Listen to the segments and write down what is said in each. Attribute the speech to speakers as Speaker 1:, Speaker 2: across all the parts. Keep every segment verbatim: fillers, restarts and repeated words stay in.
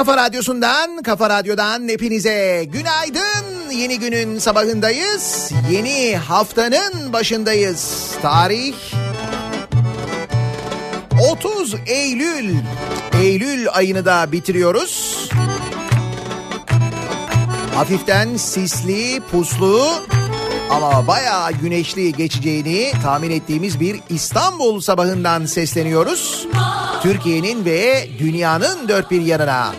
Speaker 1: Kafa Radyosu'ndan, Kafa Radyo'dan hepinize günaydın. Yeni günün sabahındayız. Yeni haftanın başındayız. Tarih otuz Eylül. Eylül ayını da bitiriyoruz. Hafiften sisli, puslu ama bayağı güneşli geçeceğini tahmin ettiğimiz bir İstanbul sabahından sesleniyoruz. Türkiye'nin ve dünyanın dört bir yanına.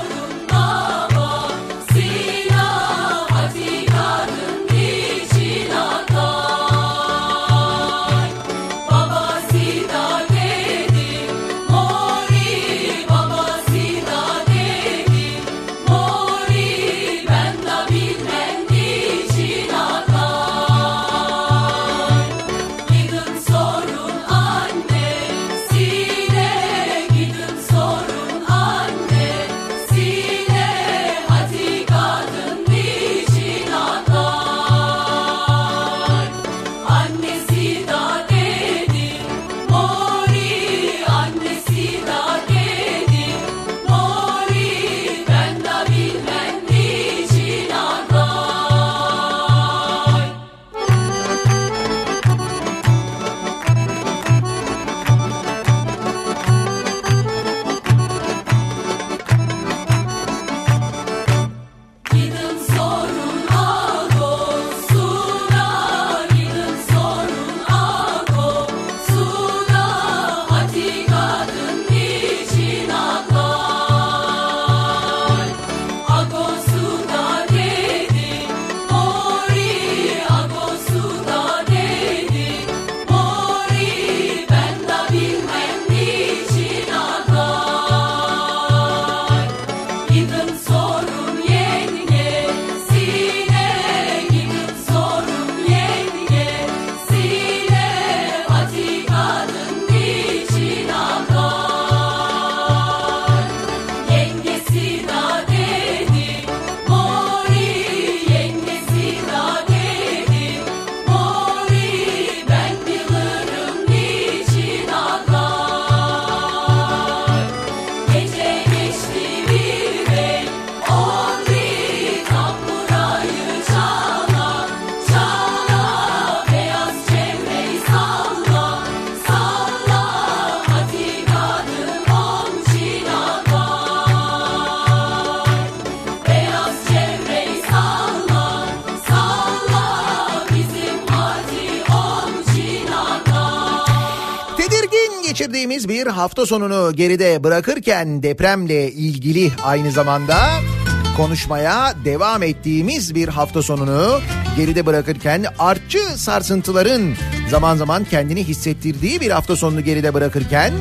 Speaker 1: Geçirdiğimiz bir hafta sonunu geride bırakırken depremle ilgili aynı zamanda konuşmaya devam ettiğimiz bir hafta sonunu geride bırakırken artçı sarsıntıların zaman zaman kendini hissettirdiği bir hafta sonunu geride bırakırken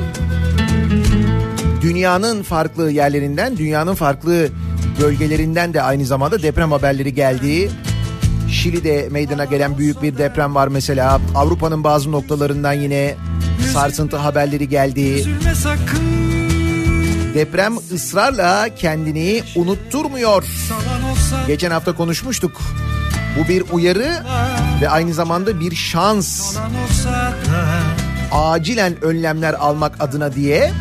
Speaker 1: dünyanın farklı yerlerinden, dünyanın farklı bölgelerinden de aynı zamanda deprem haberleri geldi. Şili'de meydana gelen büyük bir deprem var mesela. Avrupa'nın bazı noktalarından yine sarsıntı haberleri geldi. Deprem ısrarla kendini unutturmuyor. Geçen hafta konuşmuştuk. Bu bir uyarı ve aynı zamanda bir şans. Acilen önlemler almak adına diye.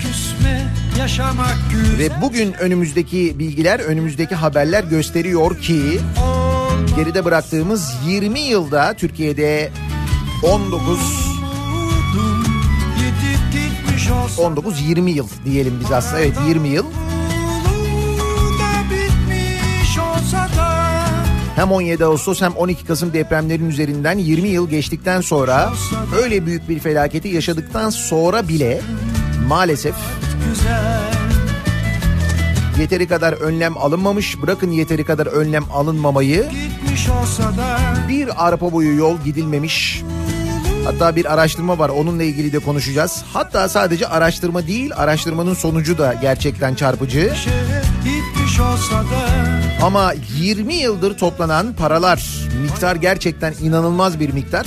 Speaker 1: Ve bugün önümüzdeki bilgiler, önümüzdeki haberler gösteriyor ki geride bıraktığımız yirmi yılda Türkiye'de on dokuz on dokuz yirmi yıl diyelim biz aslında. Evet, yirmi yıl. Hem on yedi Ağustos hem on iki Kasım depremlerin üzerinden yirmi yıl geçtikten sonra, öyle büyük bir felaketi yaşadıktan sonra bile maalesef yeteri kadar önlem alınmamış. Bırakın yeteri kadar önlem alınmamayı, bir arpa boyu yol gidilmemiş. Hatta bir araştırma var, onunla ilgili de konuşacağız. Hatta sadece araştırma değil, araştırmanın sonucu da gerçekten çarpıcı. Ama yirmi yıldır toplanan paralar, miktar gerçekten inanılmaz bir miktar.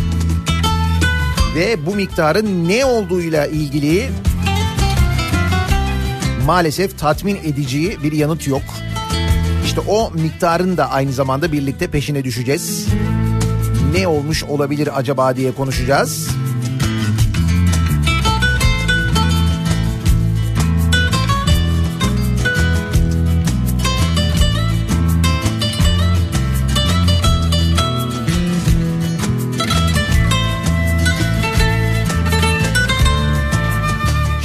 Speaker 1: Ve bu miktarın ne olduğuyla ilgili maalesef tatmin edici bir yanıt yok. İşte o miktarın da aynı zamanda birlikte peşine düşeceğiz. Ne olmuş olabilir acaba diye konuşacağız.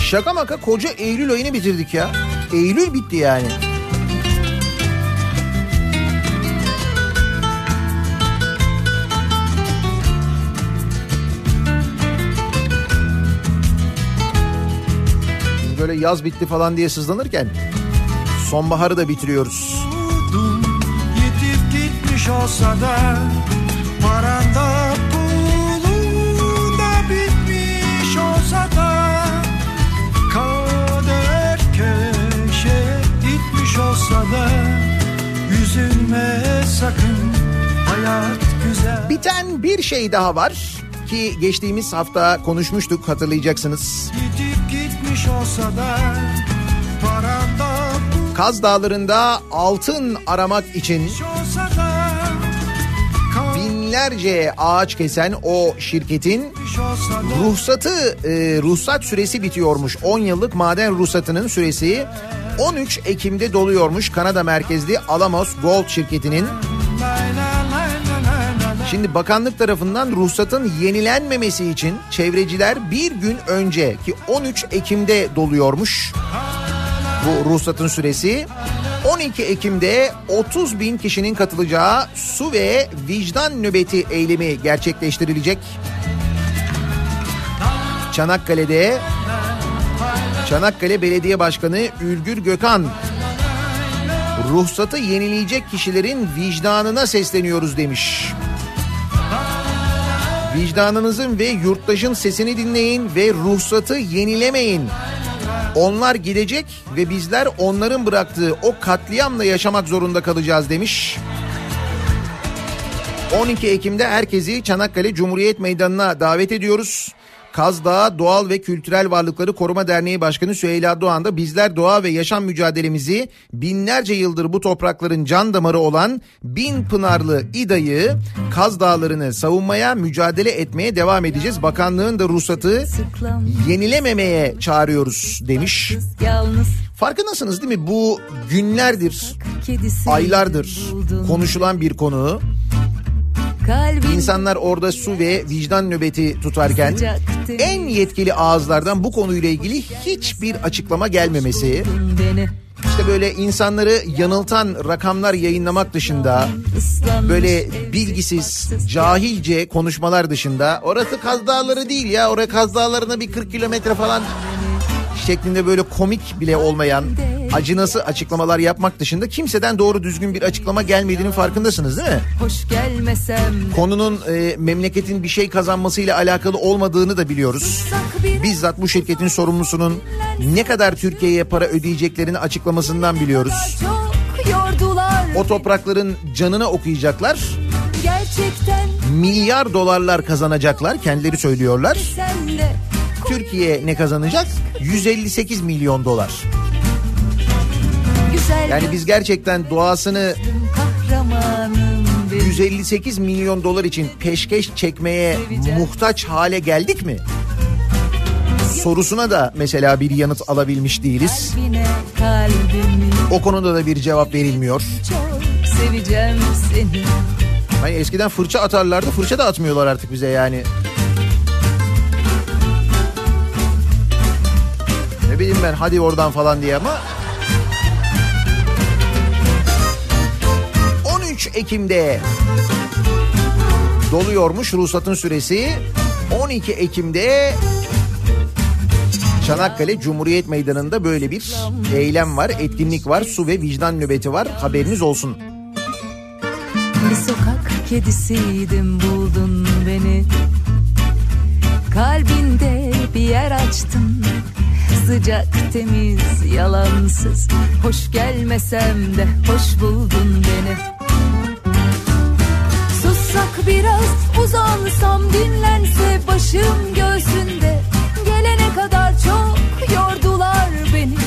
Speaker 1: Şaka maka koca Eylül ayını bitirdik ya. Eylül bitti yani. Biz böyle yaz bitti falan diye sızlanırken sonbaharı da bitiriyoruz.
Speaker 2: Yetip gitmiş olsa da paranda pulun da bitmiş olsa da kader köşe gitmiş olsa da üzülme sakın, hayat güzel.
Speaker 1: Biten bir şey daha var ki geçtiğimiz hafta konuşmuştuk, hatırlayacaksınız.
Speaker 2: Yetip gitmiş olsa da paranda
Speaker 1: Kaz Dağları'nda altın aramak için binlerce ağaç kesen o şirketin ruhsatı, e, ruhsat süresi bitiyormuş. on yıllık maden ruhsatının süresi on üç Ekim'de doluyormuş. Kanada merkezli Alamos Gold şirketinin. Şimdi bakanlık tarafından ruhsatın yenilenmemesi için çevreciler bir gün önce, ki on üç Ekim'de doluyormuş bu ruhsatın süresi, on iki Ekim'de otuz bin kişinin katılacağı su ve vicdan nöbeti eylemi gerçekleştirilecek. Çanakkale'de Çanakkale Belediye Başkanı Ülgür Gökhan, ruhsatı yenileyecek kişilerin vicdanına sesleniyoruz demiş. Vicdanınızın ve yurttaşın sesini dinleyin ve ruhsatı yenilemeyin. Onlar gidecek ve bizler onların bıraktığı o katliamla yaşamak zorunda kalacağız demiş. on iki Ekim'de herkesi Çanakkale Cumhuriyet Meydanı'na davet ediyoruz. Kaz Dağı Doğal ve Kültürel Varlıkları Koruma Derneği Başkanı Süheyla Doğan da bizler doğa ve yaşam mücadelemizi binlerce yıldır bu toprakların can damarı olan Bin Pınarlı İda'yı, Kaz Dağları'nı savunmaya, mücadele etmeye devam edeceğiz. Bakanlığın da ruhsatı yenilememeye çağırıyoruz demiş. Farkındasınız değil mi? Bu günlerdir, aylardır konuşulan bir konu. İnsanlar orada su ve vicdan nöbeti tutarken en yetkili ağızlardan bu konuyla ilgili hiçbir açıklama gelmemesi, işte böyle insanları yanıltan rakamlar yayınlamak dışında, böyle bilgisiz, cahilce konuşmalar dışında, orası Kaz Dağları değil ya, oraya Kaz Dağları'na bir kırk kilometre falan şeklinde böyle komik bile olmayan acınası açıklamalar yapmak dışında kimseden doğru düzgün bir açıklama gelmediğinin farkındasınız değil mi? Hoş gelmesem. Konunun e, memleketin bir şey kazanmasıyla alakalı olmadığını da biliyoruz. Bizzat bu şirketin sorumlusunun ne kadar Türkiye'ye para ödeyeceklerini açıklamasından biliyoruz. O toprakların canına okuyacaklar. Gerçekten milyar dolarlar kazanacaklar, kendileri söylüyorlar. Türkiye ne kazanacak? yüz elli sekiz milyon dolar. Yani biz gerçekten doğasını yüz elli sekiz milyon dolar için peşkeş çekmeye muhtaç hale geldik mi? Sorusuna da mesela bir yanıt alabilmiş değiliz. O konuda da bir cevap verilmiyor. Hani eskiden fırça atarlardı, fırça da atmıyorlar artık bize yani. Ne bileyim ben, hadi oradan falan diye ama. on üç Ekim'de doluyormuş ruhsatın süresi. on iki Ekim'de Çanakkale Cumhuriyet Meydanı'nda böyle bir eylem var, etkinlik var, su ve vicdan nöbeti var, haberiniz olsun.
Speaker 3: Bir sokak kedisiydim, buldun beni. Kalbinde bir yer açtın. Sıcak, temiz, yalansız. Hoş gelmesem de hoş buldun beni. Sussak biraz, uzansam, dinlense başım göğsünde. Gelene kadar çok yordular beni.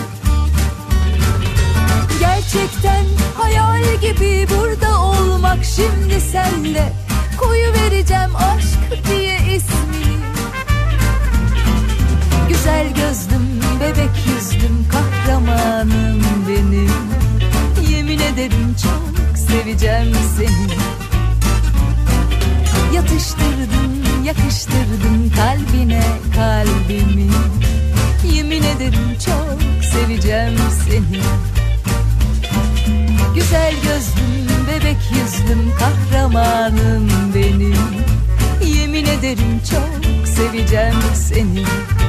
Speaker 3: Gerçekten hayal gibi burada olmak şimdi senle. Koyuvereceğim aşk diye ismini. Güzel gözlüm, bebek yüzlüm, kahramanım benim. Yemin ederim çok seveceğim seni. Yatıştırdım, yakıştırdım kalbine kalbimi. Yemin ederim çok seveceğim seni. Güzel gözlüm, bebek yüzlüm, kahramanım benim. Yemin ederim çok seveceğim seni.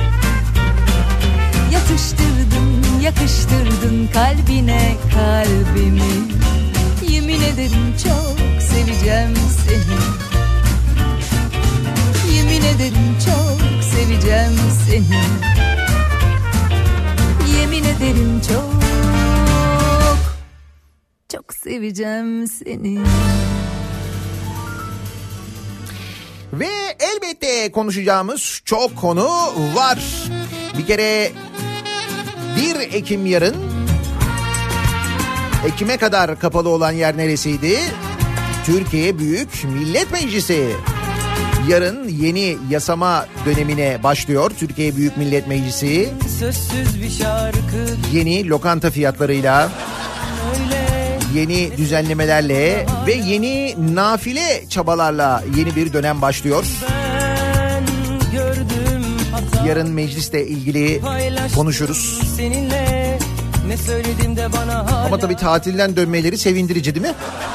Speaker 3: Yatıştırdın, yakıştırdın kalbine kalbimi. Yemin ederim çok seveceğim seni. Yemin ederim çok seveceğim seni. Yemin ederim çok çok seveceğim seni.
Speaker 1: Ve elbette konuşacağımız çok konu var. Bir kere bir Ekim yarın. Ekim'e kadar kapalı olan yer neresiydi? Türkiye Büyük Millet Meclisi. Yarın yeni yasama dönemine başlıyor Türkiye Büyük Millet Meclisi.
Speaker 2: Sözsüz bir şarkı.
Speaker 1: Yeni lokanta fiyatlarıyla, yeni düzenlemelerle ve yeni nafile çabalarla yeni bir dönem başlıyor. Yarın meclisle ilgili konuşuruz. Seninle, ne söyledim de bana hala... Ama tabii tatilden dönmeleri sevindirici değil mi?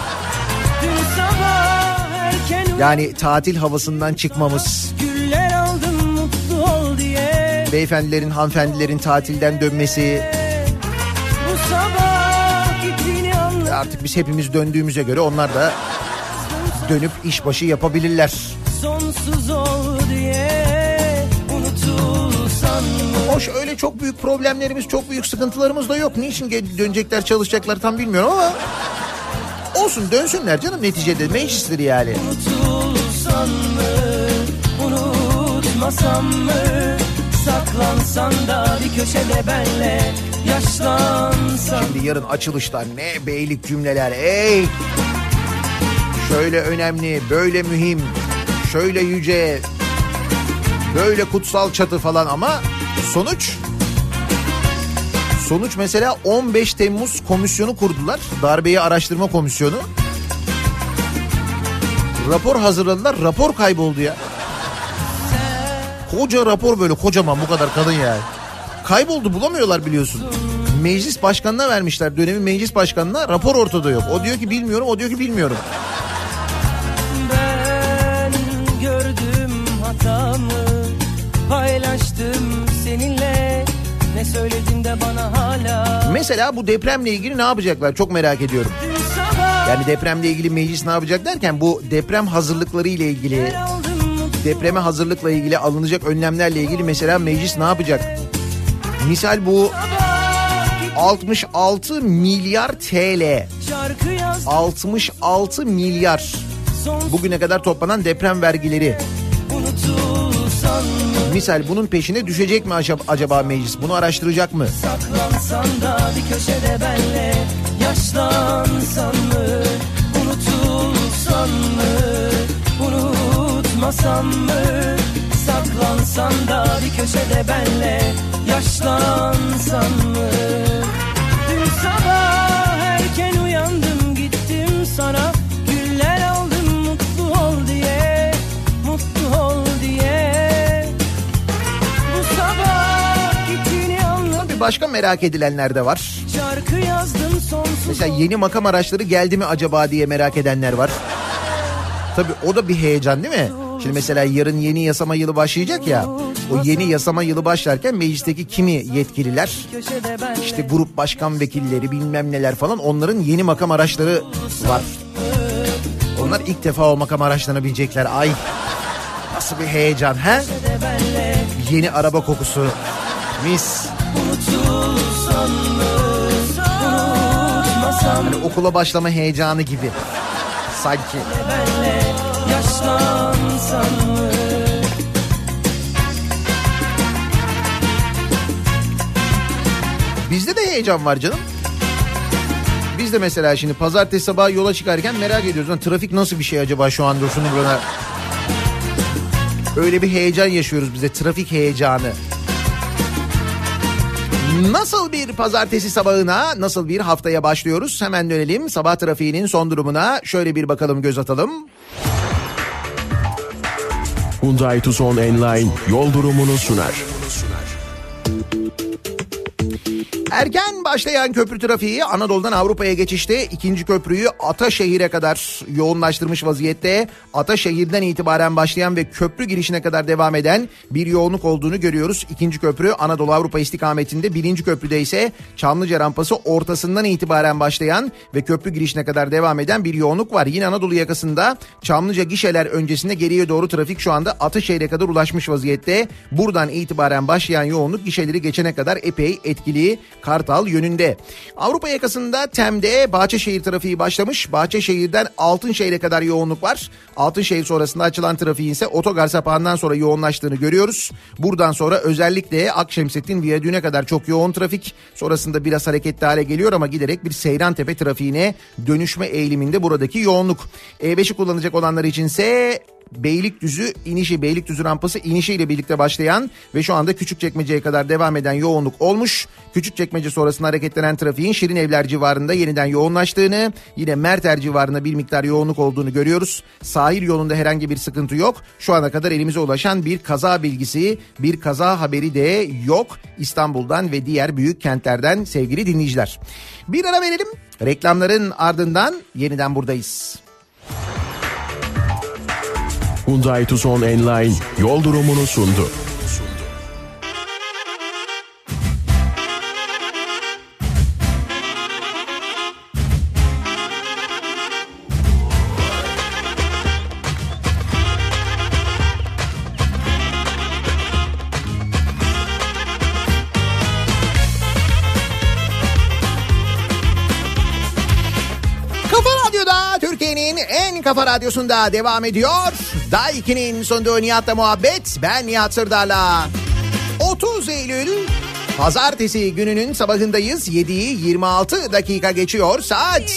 Speaker 1: Yani tatil havasından çıkmamız. Aldın, mutlu ol diye. Beyefendilerin, hanımefendilerin tatilden dönmesi. Bu sabah gittiğini anladım. Artık biz hepimiz döndüğümüze göre onlar da dönüp işbaşı yapabilirler. Sonsuz ol diye unutulsan mı? Hoş, öyle çok büyük problemlerimiz, çok büyük sıkıntılarımız da yok. Niçin dönecekler, çalışacaklar tam bilmiyorum ama olsun, dönsünler canım, neticede meclistir yani. Unutulsan mı, unutmasam mı, saklansan da bir köşede benle yaşlansan. Şimdi yarın açılışta ne beylik cümleler, ey! Şöyle önemli, böyle mühim, şöyle yüce, böyle kutsal çatı falan ama sonuç... Sonuç mesela on beş Temmuz komisyonu kurdular. Darbeyi araştırma komisyonu. Rapor hazırladılar. Rapor kayboldu ya. Koca rapor, böyle kocaman, bu kadar kadın yani. Kayboldu, bulamıyorlar biliyorsun. Meclis başkanına vermişler. Dönemin meclis başkanına, rapor ortada yok. O diyor ki bilmiyorum, o diyor ki bilmiyorum. Ben gördüm hatamı, paylaştım seninle. Ne söyledin de bana hala. Mesela bu depremle ilgili ne yapacaklar çok merak ediyorum. Yani depremle ilgili meclis ne yapacak derken, bu deprem hazırlıkları ile ilgili, depreme hazırlıkla ilgili alınacak önlemlerle ilgili mesela meclis ne yapacak? Misal bu altmış altı milyar T L, altmış altı milyar bugüne kadar toplanan deprem vergileri. Misal bunun peşine düşecek mi acaba meclis? Bunu araştıracak mı? Saklansan da bir köşede benle yaşlansan mı? Unutulsan mı? Unutmasan mı? Saklansan da bir köşede benle yaşlansan mı? Dün sabah erken uyandım, gittim sana güller aldım, mutlu ol diye, mutlu ol diye. Bir başka merak edilenler de var. Mesela yeni makam araçları geldi mi acaba diye merak edenler var. Tabii o da bir heyecan değil mi? Şimdi mesela yarın yeni yasama yılı başlayacak ya. O yeni yasama yılı başlarken meclisteki kimi yetkililer, işte grup başkan vekilleri, bilmem neler falan, onların yeni makam araçları var. Onlar ilk defa o makam araçlarına binecekler. Ay, nasıl bir heyecan he? Yeni araba kokusu. Mis. Hani okula başlama heyecanı gibi. Sanki. Bizde de heyecan var canım. Biz de mesela şimdi pazartesi sabahı yola çıkarken merak ediyoruz. Lan, trafik nasıl bir şey acaba şu anda, şunu buna. Öyle bir heyecan yaşıyoruz biz de, trafik heyecanı. Nasıl bir pazartesi sabahına, nasıl bir haftaya başlıyoruz? Hemen dönelim sabah trafiğinin son durumuna. Şöyle bir bakalım, göz atalım.
Speaker 4: Hyundai Tucson Enline yol durumunu sunar.
Speaker 1: Erken başlayan köprü trafiği Anadolu'dan Avrupa'ya geçişte ikinci köprüyü Ataşehir'e kadar yoğunlaştırmış vaziyette. Ataşehir'den itibaren başlayan ve köprü girişine kadar devam eden bir yoğunluk olduğunu görüyoruz. İkinci köprü Anadolu Avrupa istikametinde, birinci köprüde ise Çamlıca rampası ortasından itibaren başlayan ve köprü girişine kadar devam eden bir yoğunluk var. Yine Anadolu yakasında Çamlıca gişeler öncesinde geriye doğru trafik şu anda Ataşehir'e kadar ulaşmış vaziyette. Buradan itibaren başlayan yoğunluk gişeleri geçene kadar epey etkili. Kartal yönünde. Avrupa yakasında Tem'de Bahçeşehir trafiği başlamış. Bahçeşehir'den Altınşehir'e kadar yoğunluk var. Altınşehir sonrasında açılan trafiğin ise otogar sapağından sonra yoğunlaştığını görüyoruz. Buradan sonra özellikle Akşemsettin Viyadüğü'ne kadar çok yoğun trafik. Sonrasında biraz hareketli hale geliyor ama giderek bir Seyrantepe trafiğine dönüşme eğiliminde buradaki yoğunluk. E beşi kullanacak olanlar içinse Beylikdüzü inişi, Beylikdüzü rampası inişiyle birlikte başlayan ve şu anda Küçükçekmece'ye kadar devam eden yoğunluk olmuş. Küçükçekmece sonrasında hareketlenen trafiğin Şirinevler civarında yeniden yoğunlaştığını, yine Merter civarında bir miktar yoğunluk olduğunu görüyoruz. Sahil yolunda herhangi bir sıkıntı yok. Şu ana kadar elimize ulaşan bir kaza bilgisi, bir kaza haberi de yok İstanbul'dan ve diğer büyük kentlerden sevgili dinleyiciler. Bir ara verelim. Reklamların ardından yeniden buradayız.
Speaker 4: Hyundai Tucson Enline yol durumunu sundu.
Speaker 1: Kafa Radyosu'nda devam ediyor. Daiki'nin sonunda Nihat'la muhabbet. Ben Nihat Sırdar'la. otuz Eylül Pazartesi gününün sabahındayız. yediyi yirmi altı dakika geçiyor saat.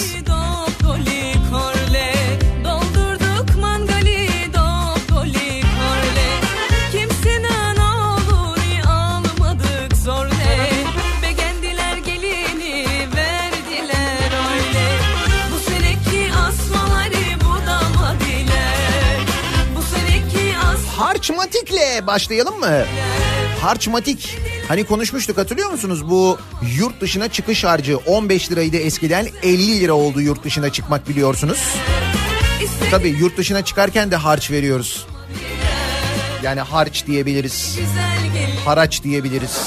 Speaker 1: Harçmatik'le başlayalım mı? Harçmatik. Hani konuşmuştuk, hatırlıyor musunuz? Bu yurt dışına çıkış harcı on beş liraydı eskiden, elli lira oldu yurt dışına çıkmak, biliyorsunuz. Tabii yurt dışına çıkarken de harç veriyoruz. Yani harç diyebiliriz. Haraç diyebiliriz.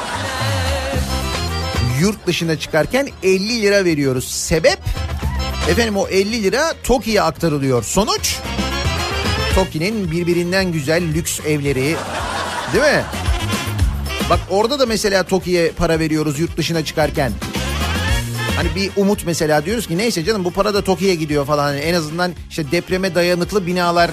Speaker 1: Yurt dışına çıkarken elli lira veriyoruz. Sebep? Efendim o elli lira TOKİ'ye aktarılıyor. Sonuç? TOKİ'nin birbirinden güzel lüks evleri, değil mi? Bak orada da mesela TOKİ'ye para veriyoruz yurt dışına çıkarken. Hani bir umut mesela, diyoruz ki neyse canım bu para da TOKİ'ye gidiyor falan. Hani en azından işte depreme dayanıklı binalar.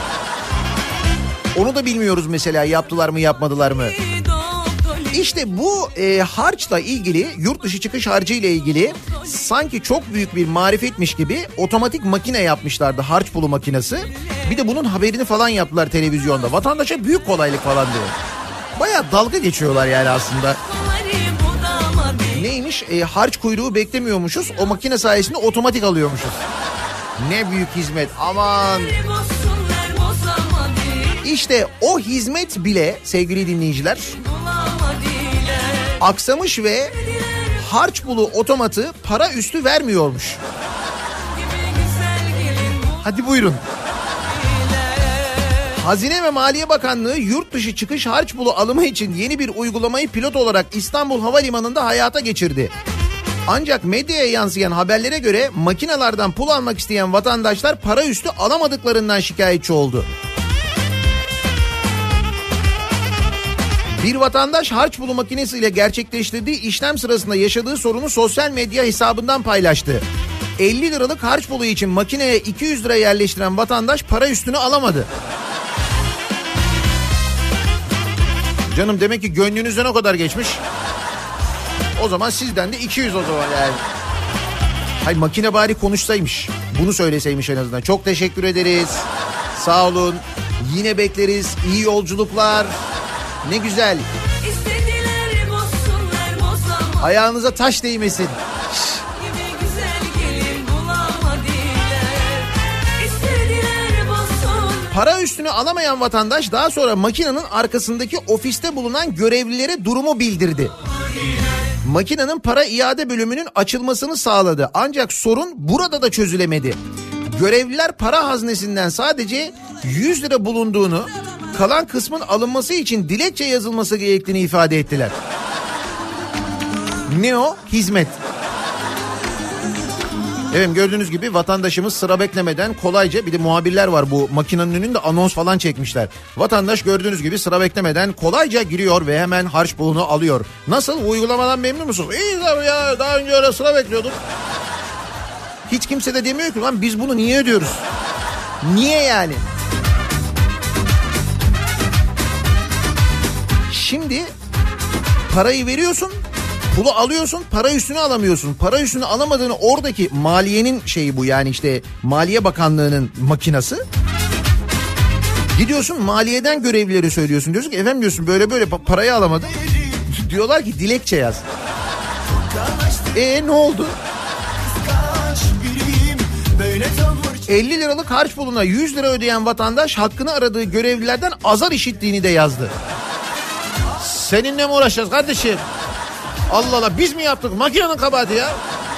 Speaker 1: Onu da bilmiyoruz mesela, yaptılar mı yapmadılar mı? İşte bu e, harçla ilgili, yurt dışı çıkış harcı ile ilgili sanki çok büyük bir marifetmiş gibi otomatik makine yapmışlardı, harç pulu makinesi. Bir de bunun haberini falan yaptılar televizyonda. Vatandaşa büyük kolaylık falan diyor. Bayağı dalga geçiyorlar yani aslında. Neymiş? E, harç kuyruğu beklemiyormuşuz. O makine sayesinde otomatik alıyormuşuz. Ne büyük hizmet. Aman. İşte o hizmet bile sevgili dinleyiciler aksamış ve harç pulu otomatı para üstü vermiyormuş. Hadi buyurun. Hazine ve Maliye Bakanlığı yurt dışı çıkış harç pulu alımı için yeni bir uygulamayı pilot olarak İstanbul Havalimanı'nda hayata geçirdi. Ancak medyaya yansıyan haberlere göre makinelerden pul almak isteyen vatandaşlar para üstü alamadıklarından şikayetçi oldu. Bir vatandaş harç pulu makinesiyle gerçekleştirdiği işlem sırasında yaşadığı sorunu sosyal medya hesabından paylaştı. elli liralık harç pulu için makineye iki yüz lira yerleştiren vatandaş para üstünü alamadı. Canım demek ki gönlünüzden o kadar geçmiş. O zaman sizden de iki yüz o zaman yani. Hay makine bari konuşsaymış. Bunu söyleseymiş en azından. Çok teşekkür ederiz. Sağ olun. Yine bekleriz. İyi yolculuklar. Ne güzel. Ayağınıza taş değmesin. Para üstünü alamayan vatandaş daha sonra makinenin arkasındaki ofiste bulunan görevlilere durumu bildirdi. Makinenin para iade bölümünün açılmasını sağladı. Ancak sorun burada da çözülemedi. Görevliler para haznesinden sadece yüz lira bulunduğunu, kalan kısmın alınması için dilekçe yazılması gerektiğini ifade ettiler. Ne o? Hizmet. Evet, gördüğünüz gibi vatandaşımız sıra beklemeden kolayca, bir de muhabirler var bu makinenin önünde, anons falan çekmişler. Vatandaş gördüğünüz gibi sıra beklemeden kolayca giriyor ve hemen harç pulunu alıyor. Nasıl, uygulamadan memnun musunuz? İyi tabii ya, daha önce öyle sıra bekliyorduk. Hiç kimse de demiyor ki lan biz bunu niye ödüyoruz? Niye yani? Şimdi parayı veriyorsun, pulu alıyorsun, para üstünü alamıyorsun. Para üstünü alamadığını, oradaki maliyenin şeyi bu, yani işte Maliye Bakanlığı'nın makinası. Gidiyorsun maliyeden görevlileri söylüyorsun. Diyorsun ki efendim diyorsun böyle böyle parayı alamadım. Diyorlar ki dilekçe yaz. E ne oldu? elli liralık harç puluna yüz lira ödeyen vatandaş hakkını aradığı görevlilerden azar işittiğini de yazdı. Seninle mi uğraşacağız kardeşim? Allah Allah, biz mi yaptık? Makinenin kabahati ya.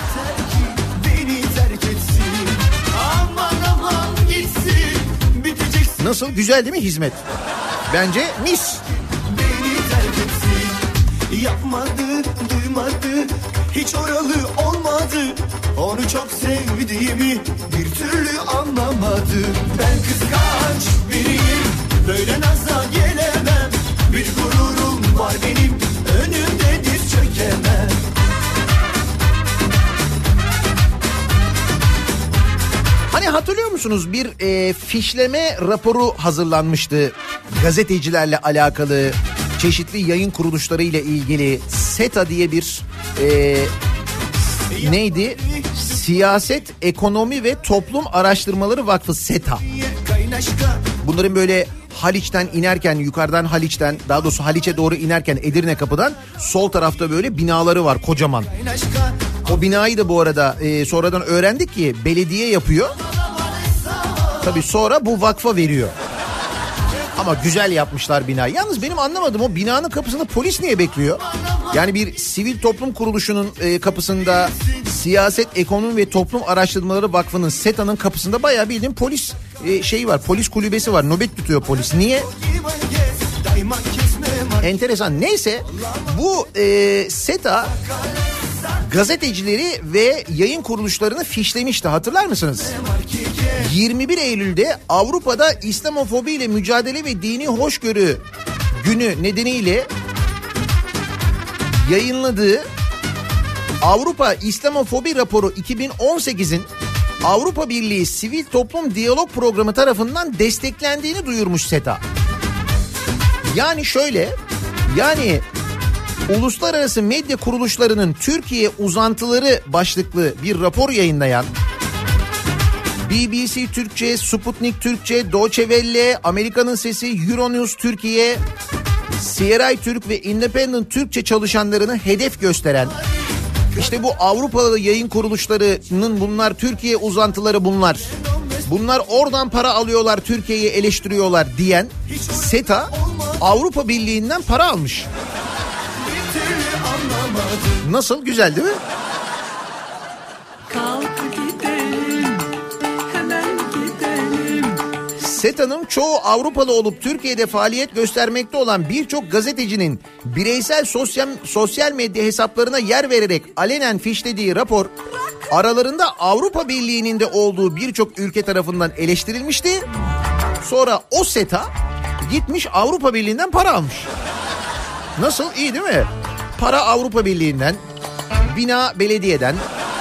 Speaker 1: Nasıl, güzel değil mi hizmet? Bence mis.
Speaker 5: Yapmadı, duymadı, hiç oralı olmadı. Onu çok sevdiğimi bir türlü anlamadı. Ben kıskanç biriyim, böyle naza gelemem. Bir gururum var benim, önümde diz çökemem.
Speaker 1: Hani hatırlıyor musunuz, bir e, fişleme raporu hazırlanmıştı gazetecilerle alakalı, çeşitli yayın kuruluşları ile ilgili. SETA diye bir e, neydi? Siyaset, Ekonomi ve Toplum Araştırmaları Vakfı, SETA. Bunların böyle Haliç'ten inerken, yukarıdan Haliç'ten, daha doğrusu Haliç'e doğru inerken Edirne kapıdan sol tarafta böyle binaları var kocaman. O binayı da bu arada e, sonradan öğrendik ki belediye yapıyor. Tabii sonra bu vakfa veriyor. Ama güzel yapmışlar binayı. Yalnız benim anlamadığım, o binanın kapısında polis niye bekliyor? Yani bir sivil toplum kuruluşunun e, kapısında, Siyaset, Ekonomi ve Toplum Araştırmaları Vakfı'nın, SETA'nın kapısında bayağı bildiğin polis e, şeyi var. Polis kulübesi var. Nöbet tutuyor polis. Niye? Enteresan. Neyse, bu e, SETA gazetecileri ve yayın kuruluşlarını fişlemişti, hatırlar mısınız? yirmi bir Eylül'de Avrupa'da İslamofobi ile mücadele ve dini hoşgörü günü nedeniyle yayınladığı Avrupa İslamofobi raporu iki bin on sekizin Avrupa Birliği Sivil Toplum Diyalog Programı tarafından desteklendiğini duyurmuş SETA. Yani şöyle, yani uluslararası medya kuruluşlarının Türkiye uzantıları başlıklı bir rapor yayınlayan B B C Türkçe, Sputnik Türkçe, Deutsche Welle, Amerika'nın Sesi, Euronews Türkiye, C R I Türk ve Independent Türkçe çalışanlarını hedef gösteren, işte bu Avrupalı yayın kuruluşlarının bunlar, Türkiye uzantıları bunlar, bunlar oradan para alıyorlar, Türkiye'yi eleştiriyorlar diyen SETA Avrupa Birliği'nden para almış. Nasıl, güzel değil mi? SETA'nın çoğu Avrupalı olup Türkiye'de faaliyet göstermekte olan birçok gazetecinin bireysel sosyal, sosyal medya hesaplarına yer vererek alenen fişlediği rapor, aralarında Avrupa Birliği'nin de olduğu birçok ülke tarafından eleştirilmişti. Sonra o SETA gitmiş Avrupa Birliği'nden para almış. Nasıl, iyi değil mi? Para Avrupa Birliği'nden, bina belediyeden.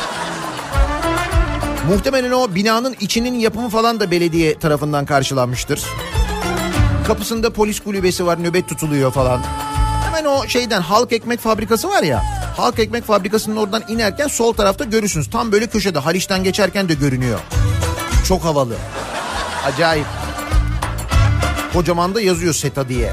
Speaker 1: Muhtemelen o binanın içinin yapımı falan da belediye tarafından karşılanmıştır. Kapısında polis kulübesi var, nöbet tutuluyor falan. Hemen o şeyden, Halk Ekmek Fabrikası var ya. Halk Ekmek Fabrikası'nın oradan inerken sol tarafta görürsünüz. Tam böyle köşede, Haliç'ten geçerken de görünüyor. Çok havalı. Acayip. Kocaman da yazıyor SETA diye.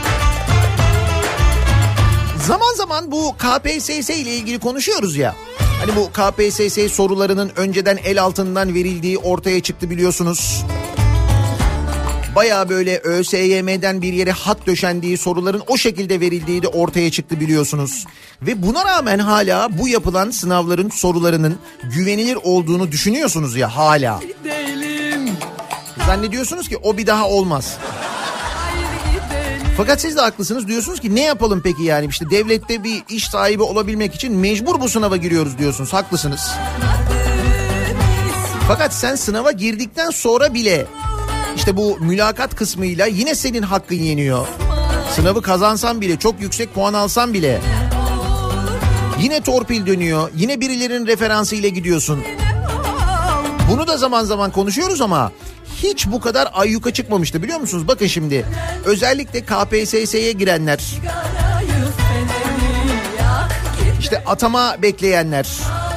Speaker 1: Zaman zaman bu K P S S ile ilgili konuşuyoruz ya. Hani bu K P S S sorularının önceden el altından verildiği ortaya çıktı biliyorsunuz. Bayağı böyle ÖSYM'den bir yere hat döşendiği, soruların o şekilde verildiği de ortaya çıktı biliyorsunuz. Ve buna rağmen hala bu yapılan sınavların sorularının güvenilir olduğunu düşünüyorsunuz ya hala. Zannediyorsunuz ki o bir daha olmaz. Fakat siz de haklısınız, diyorsunuz ki ne yapalım peki yani, işte devlette bir iş sahibi olabilmek için mecbur bu sınava giriyoruz diyorsunuz, haklısınız. Fakat sen sınava girdikten sonra bile işte bu mülakat kısmıyla yine senin hakkın yeniyor. Sınavı kazansan bile, çok yüksek puan alsan bile yine torpil dönüyor, yine birilerinin referansı ile gidiyorsun. Bunu da zaman zaman konuşuyoruz ama hiç bu kadar ayyuka çıkmamıştı biliyor musunuz? Bakın şimdi özellikle K P S S'ye girenler, işte atama bekleyenler.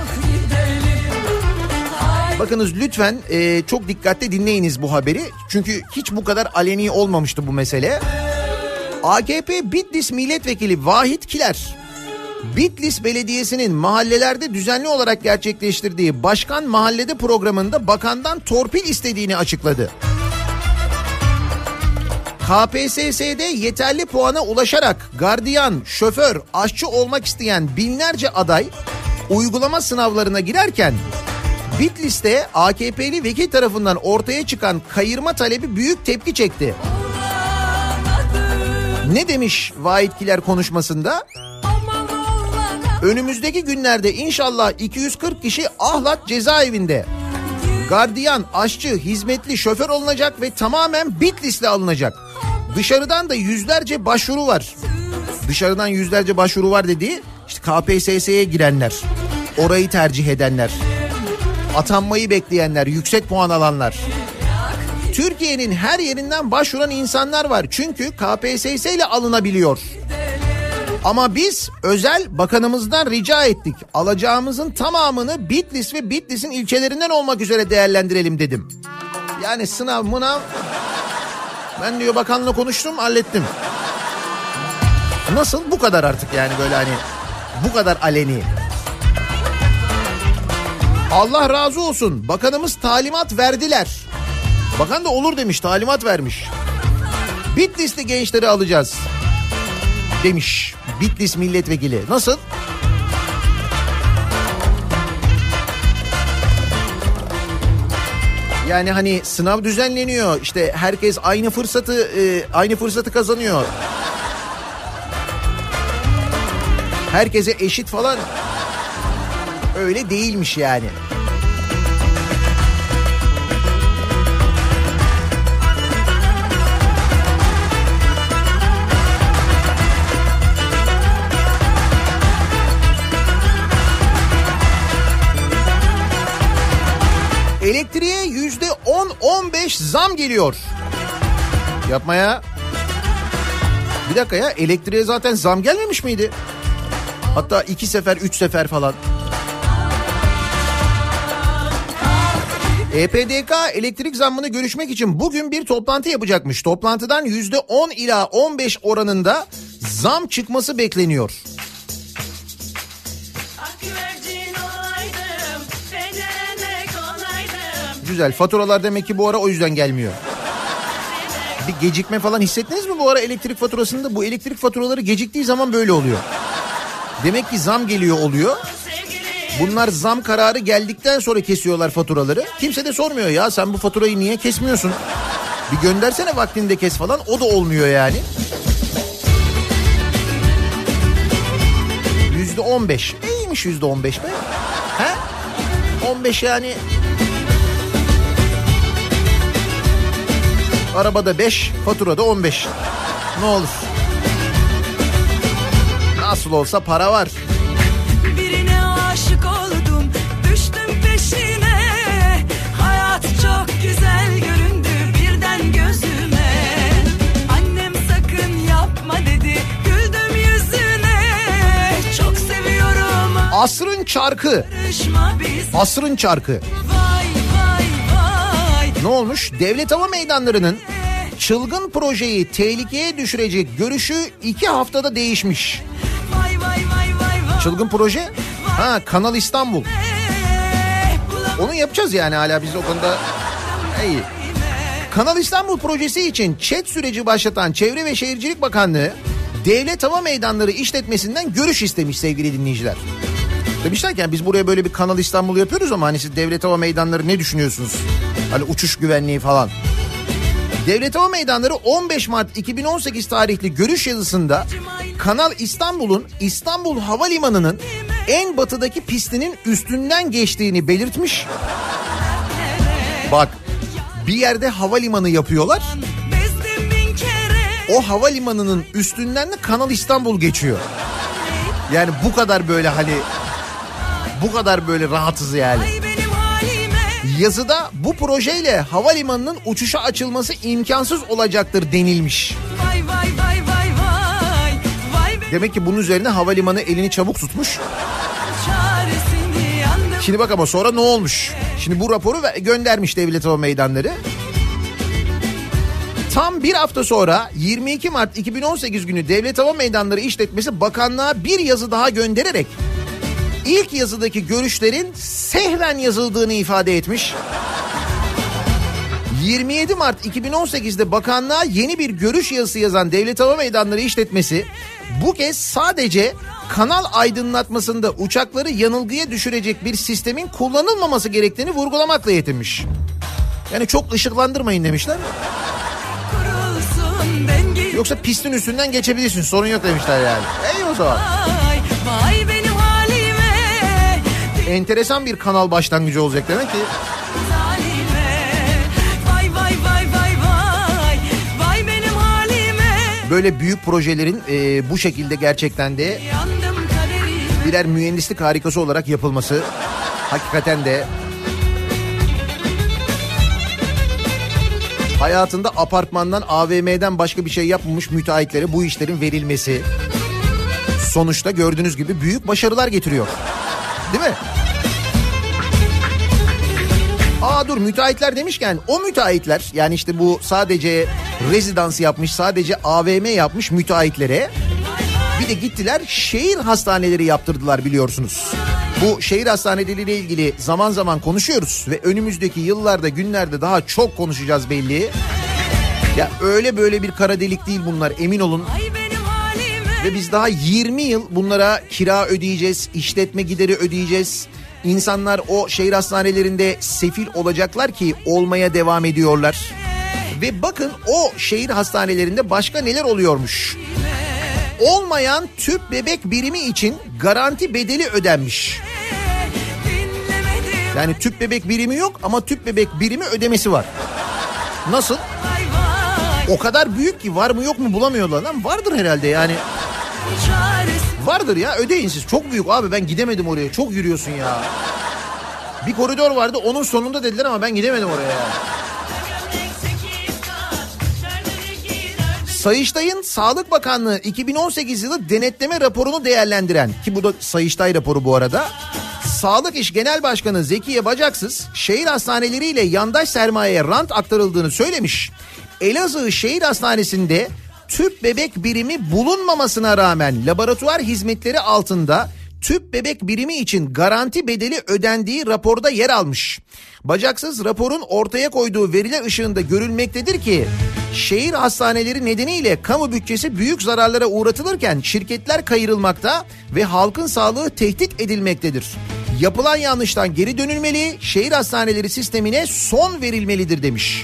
Speaker 1: Bakınız lütfen e, çok dikkatli dinleyiniz bu haberi. Çünkü hiç bu kadar aleni olmamıştı bu mesele. A K P Bitlis Milletvekili Vahit Kiler, Bitlis Belediyesi'nin mahallelerde düzenli olarak gerçekleştirdiği Başkan Mahallede programında bakandan torpil istediğini açıkladı. K P S S'de yeterli puana ulaşarak gardiyan, şoför, aşçı olmak isteyen binlerce aday uygulama sınavlarına girerken Bitlis'te A K P'li vekil tarafından ortaya çıkan kayırma talebi büyük tepki çekti. Ne demiş Vahit Kiler konuşmasında? Önümüzdeki günlerde inşallah iki yüz kırk kişi Ahlat cezaevinde gardiyan, aşçı, hizmetli, şoför olunacak ve tamamen Bitlis'le alınacak. Dışarıdan da yüzlerce başvuru var. Dışarıdan yüzlerce başvuru var dediği işte K P S S'ye girenler, orayı tercih edenler, atanmayı bekleyenler, yüksek puan alanlar. Türkiye'nin her yerinden başvuran insanlar var. Çünkü K P S S ile alınabiliyor. Ama biz özel bakanımızdan rica ettik. Alacağımızın tamamını Bitlis ve Bitlis'in ilçelerinden olmak üzere değerlendirelim dedim. Yani sınav mınav, ben diyor bakanla konuştum, hallettim. Nasıl? Bu kadar artık yani, böyle hani bu kadar aleni. Allah razı olsun, bakanımız talimat verdiler. Bakan da olur demiş, talimat vermiş. Bitlis'te gençleri alacağız demiş Bitlis milletvekili. Nasıl? Yani hani sınav düzenleniyor, işte herkes aynı fırsatı e, aynı fırsatı kazanıyor. Herkese eşit falan, öyle değilmiş yani. Elektriğe yüzde on on beş zam geliyor. Yapma ya. Bir dakika ya, elektriğe zaten zam gelmemiş miydi? Hatta iki sefer, üç sefer falan. E P D K elektrik zammını görüşmek için bugün bir toplantı yapacakmış. Toplantıdan yüzde on ila on beş oranında zam çıkması bekleniyor. Güzel, faturalar demek ki bu ara o yüzden gelmiyor. Bir gecikme falan hissettiniz mi bu ara elektrik faturasında? Bu elektrik faturaları geciktiği zaman böyle oluyor. Demek ki zam geliyor oluyor. Bunlar zam kararı geldikten sonra kesiyorlar faturaları. Kimse de sormuyor ya, sen bu faturayı niye kesmiyorsun? Bir göndersene vaktinde kes falan, o da olmuyor yani. Yüzde on beş. İyiymiş yüzde on beş be. He? on beş yani. Arabada beş, faturada on beş. Ne olur. Nasıl olsa para var.
Speaker 6: Birine aşık oldum, düştüm peşine. Hayat çok güzel göründü birden gözüme. Annem sakın yapma dedi, güldüm yüzüne. Çok seviyorum.
Speaker 1: Asrın çarkı. Asrın çarkı.
Speaker 6: Vay vay vay.
Speaker 1: Ne olmuş? Devlet Hava Meydanları'nın çılgın projeyi tehlikeye düşürecek görüşü iki haftada değişmiş.
Speaker 6: Vay vay vay vay vay.
Speaker 1: Çılgın proje Ha, Kanal İstanbul. Onu yapacağız yani, hala biz o konuda iyi. Kanal İstanbul projesi için ÇED süreci başlatan Çevre ve Şehircilik Bakanlığı Devlet Hava Meydanları işletmesinden görüş istemiş sevgili dinleyiciler. Demişler ki yani biz buraya böyle bir Kanal İstanbul yapıyoruz ama hani siz Devlet Hava Meydanları ne düşünüyorsunuz? Hani uçuş güvenliği falan. Devlet Hava Meydanları on beş Mart iki bin on sekiz tarihli görüş yazısında Kanal İstanbul'un İstanbul Havalimanı'nın en batıdaki pistinin üstünden geçtiğini belirtmiş. Bak, bir yerde havalimanı yapıyorlar. O havalimanının üstünden de Kanal İstanbul geçiyor. Yani bu kadar böyle hani bu kadar böyle rahatız yani. Yazıda bu projeyle havalimanının uçuşa açılması imkansız olacaktır denilmiş.
Speaker 6: Vay vay vay vay vay. Vay
Speaker 1: Demek ki bunun üzerine havalimanı elini çabuk tutmuş.
Speaker 6: çaresini yandım.
Speaker 1: Şimdi bak ama sonra ne olmuş? Şimdi bu raporu göndermiş Devlet Hava Meydanları. Tam bir hafta sonra yirmi iki Mart iki bin on sekiz günü Devlet Hava Meydanları İşletmesi bakanlığa bir yazı daha göndererek ilk yazıdaki görüşlerin sehven yazıldığını ifade etmiş. yirmi yedi Mart iki bin on sekizde bakanlığa yeni bir görüş yazısı yazan Devlet Hava Meydanları İşletmesi bu kez sadece kanal aydınlatmasında uçakları yanılgıya düşürecek bir sistemin kullanılmaması gerektiğini vurgulamakla yetinmiş. Yani çok ışıklandırmayın demişler.
Speaker 6: Kurulsun dengi.
Speaker 1: Yoksa pistin üstünden geçebilirsin, sorun yok demişler yani. İyi o zaman.
Speaker 6: Vay vay benim halime.
Speaker 1: Enteresan bir kanal başlangıcı olacak demek ki.
Speaker 6: Zalime. Vay vay vay vay vay. Vay benim halime.
Speaker 1: Böyle büyük projelerin e, bu şekilde gerçekten de
Speaker 6: Yandım kaderime.
Speaker 1: birer mühendislik harikası olarak yapılması hakikaten de hayatında apartmandan, A V M'den başka bir şey yapmamış müteahhitlere bu işlerin verilmesi sonuçta gördüğünüz gibi büyük başarılar getiriyor. Değil mi? Aa dur, müteahhitler demişken o müteahhitler, yani işte bu sadece rezidans yapmış, sadece A V M yapmış müteahhitlere bir de gittiler şehir hastaneleri yaptırdılar biliyorsunuz. Bu şehir hastaneleriyle ilgili zaman zaman konuşuyoruz ve önümüzdeki yıllarda, günlerde daha çok konuşacağız belli. Ya öyle böyle bir kara delik değil bunlar, emin olun.
Speaker 6: Vay benim halime.
Speaker 1: Ve biz daha yirmi yıl bunlara kira ödeyeceğiz, işletme gideri ödeyeceğiz. İnsanlar o şehir hastanelerinde sefil olacaklar ki olmaya devam ediyorlar. Ve bakın o şehir hastanelerinde başka neler oluyormuş. Olmayan tüp bebek birimi için garanti bedeli ödenmiş.
Speaker 6: Dinlemedim.
Speaker 1: Yani tüp bebek birimi yok ama tüp bebek birimi ödemesi var. Nasıl?
Speaker 6: Vay vay.
Speaker 1: O kadar büyük ki var mı yok mu bulamıyorlar lan. Vardır herhalde yani.
Speaker 6: Çaresiz.
Speaker 1: Vardır ya, ödeyin siz. Çok büyük abi, ben gidemedim oraya. Çok yürüyorsun ya. Bir koridor vardı, onun sonunda dediler ama ben gidemedim oraya ya. Sayıştay'ın Sağlık Bakanlığı iki bin on sekiz yılı denetleme raporunu değerlendiren, ki bu da Sayıştay raporu bu arada. Sağlık İş Genel Başkanı Zekiye Bacaksız şehir hastaneleriyle yandaş sermayeye rant aktarıldığını söylemiş. Elazığ Şehir Hastanesi'nde tüp bebek birimi bulunmamasına rağmen laboratuvar hizmetleri altında tüp bebek birimi için garanti bedeli ödendiği raporda yer almış. Bacaksız raporun ortaya koyduğu veriler ışığında görülmektedir ki şehir hastaneleri nedeniyle kamu bütçesi büyük zararlara uğratılırken şirketler kayırılmakta ve halkın sağlığı tehdit edilmektedir. Yapılan yanlıştan geri dönülmeli, şehir hastaneleri sistemine son verilmelidir demiş.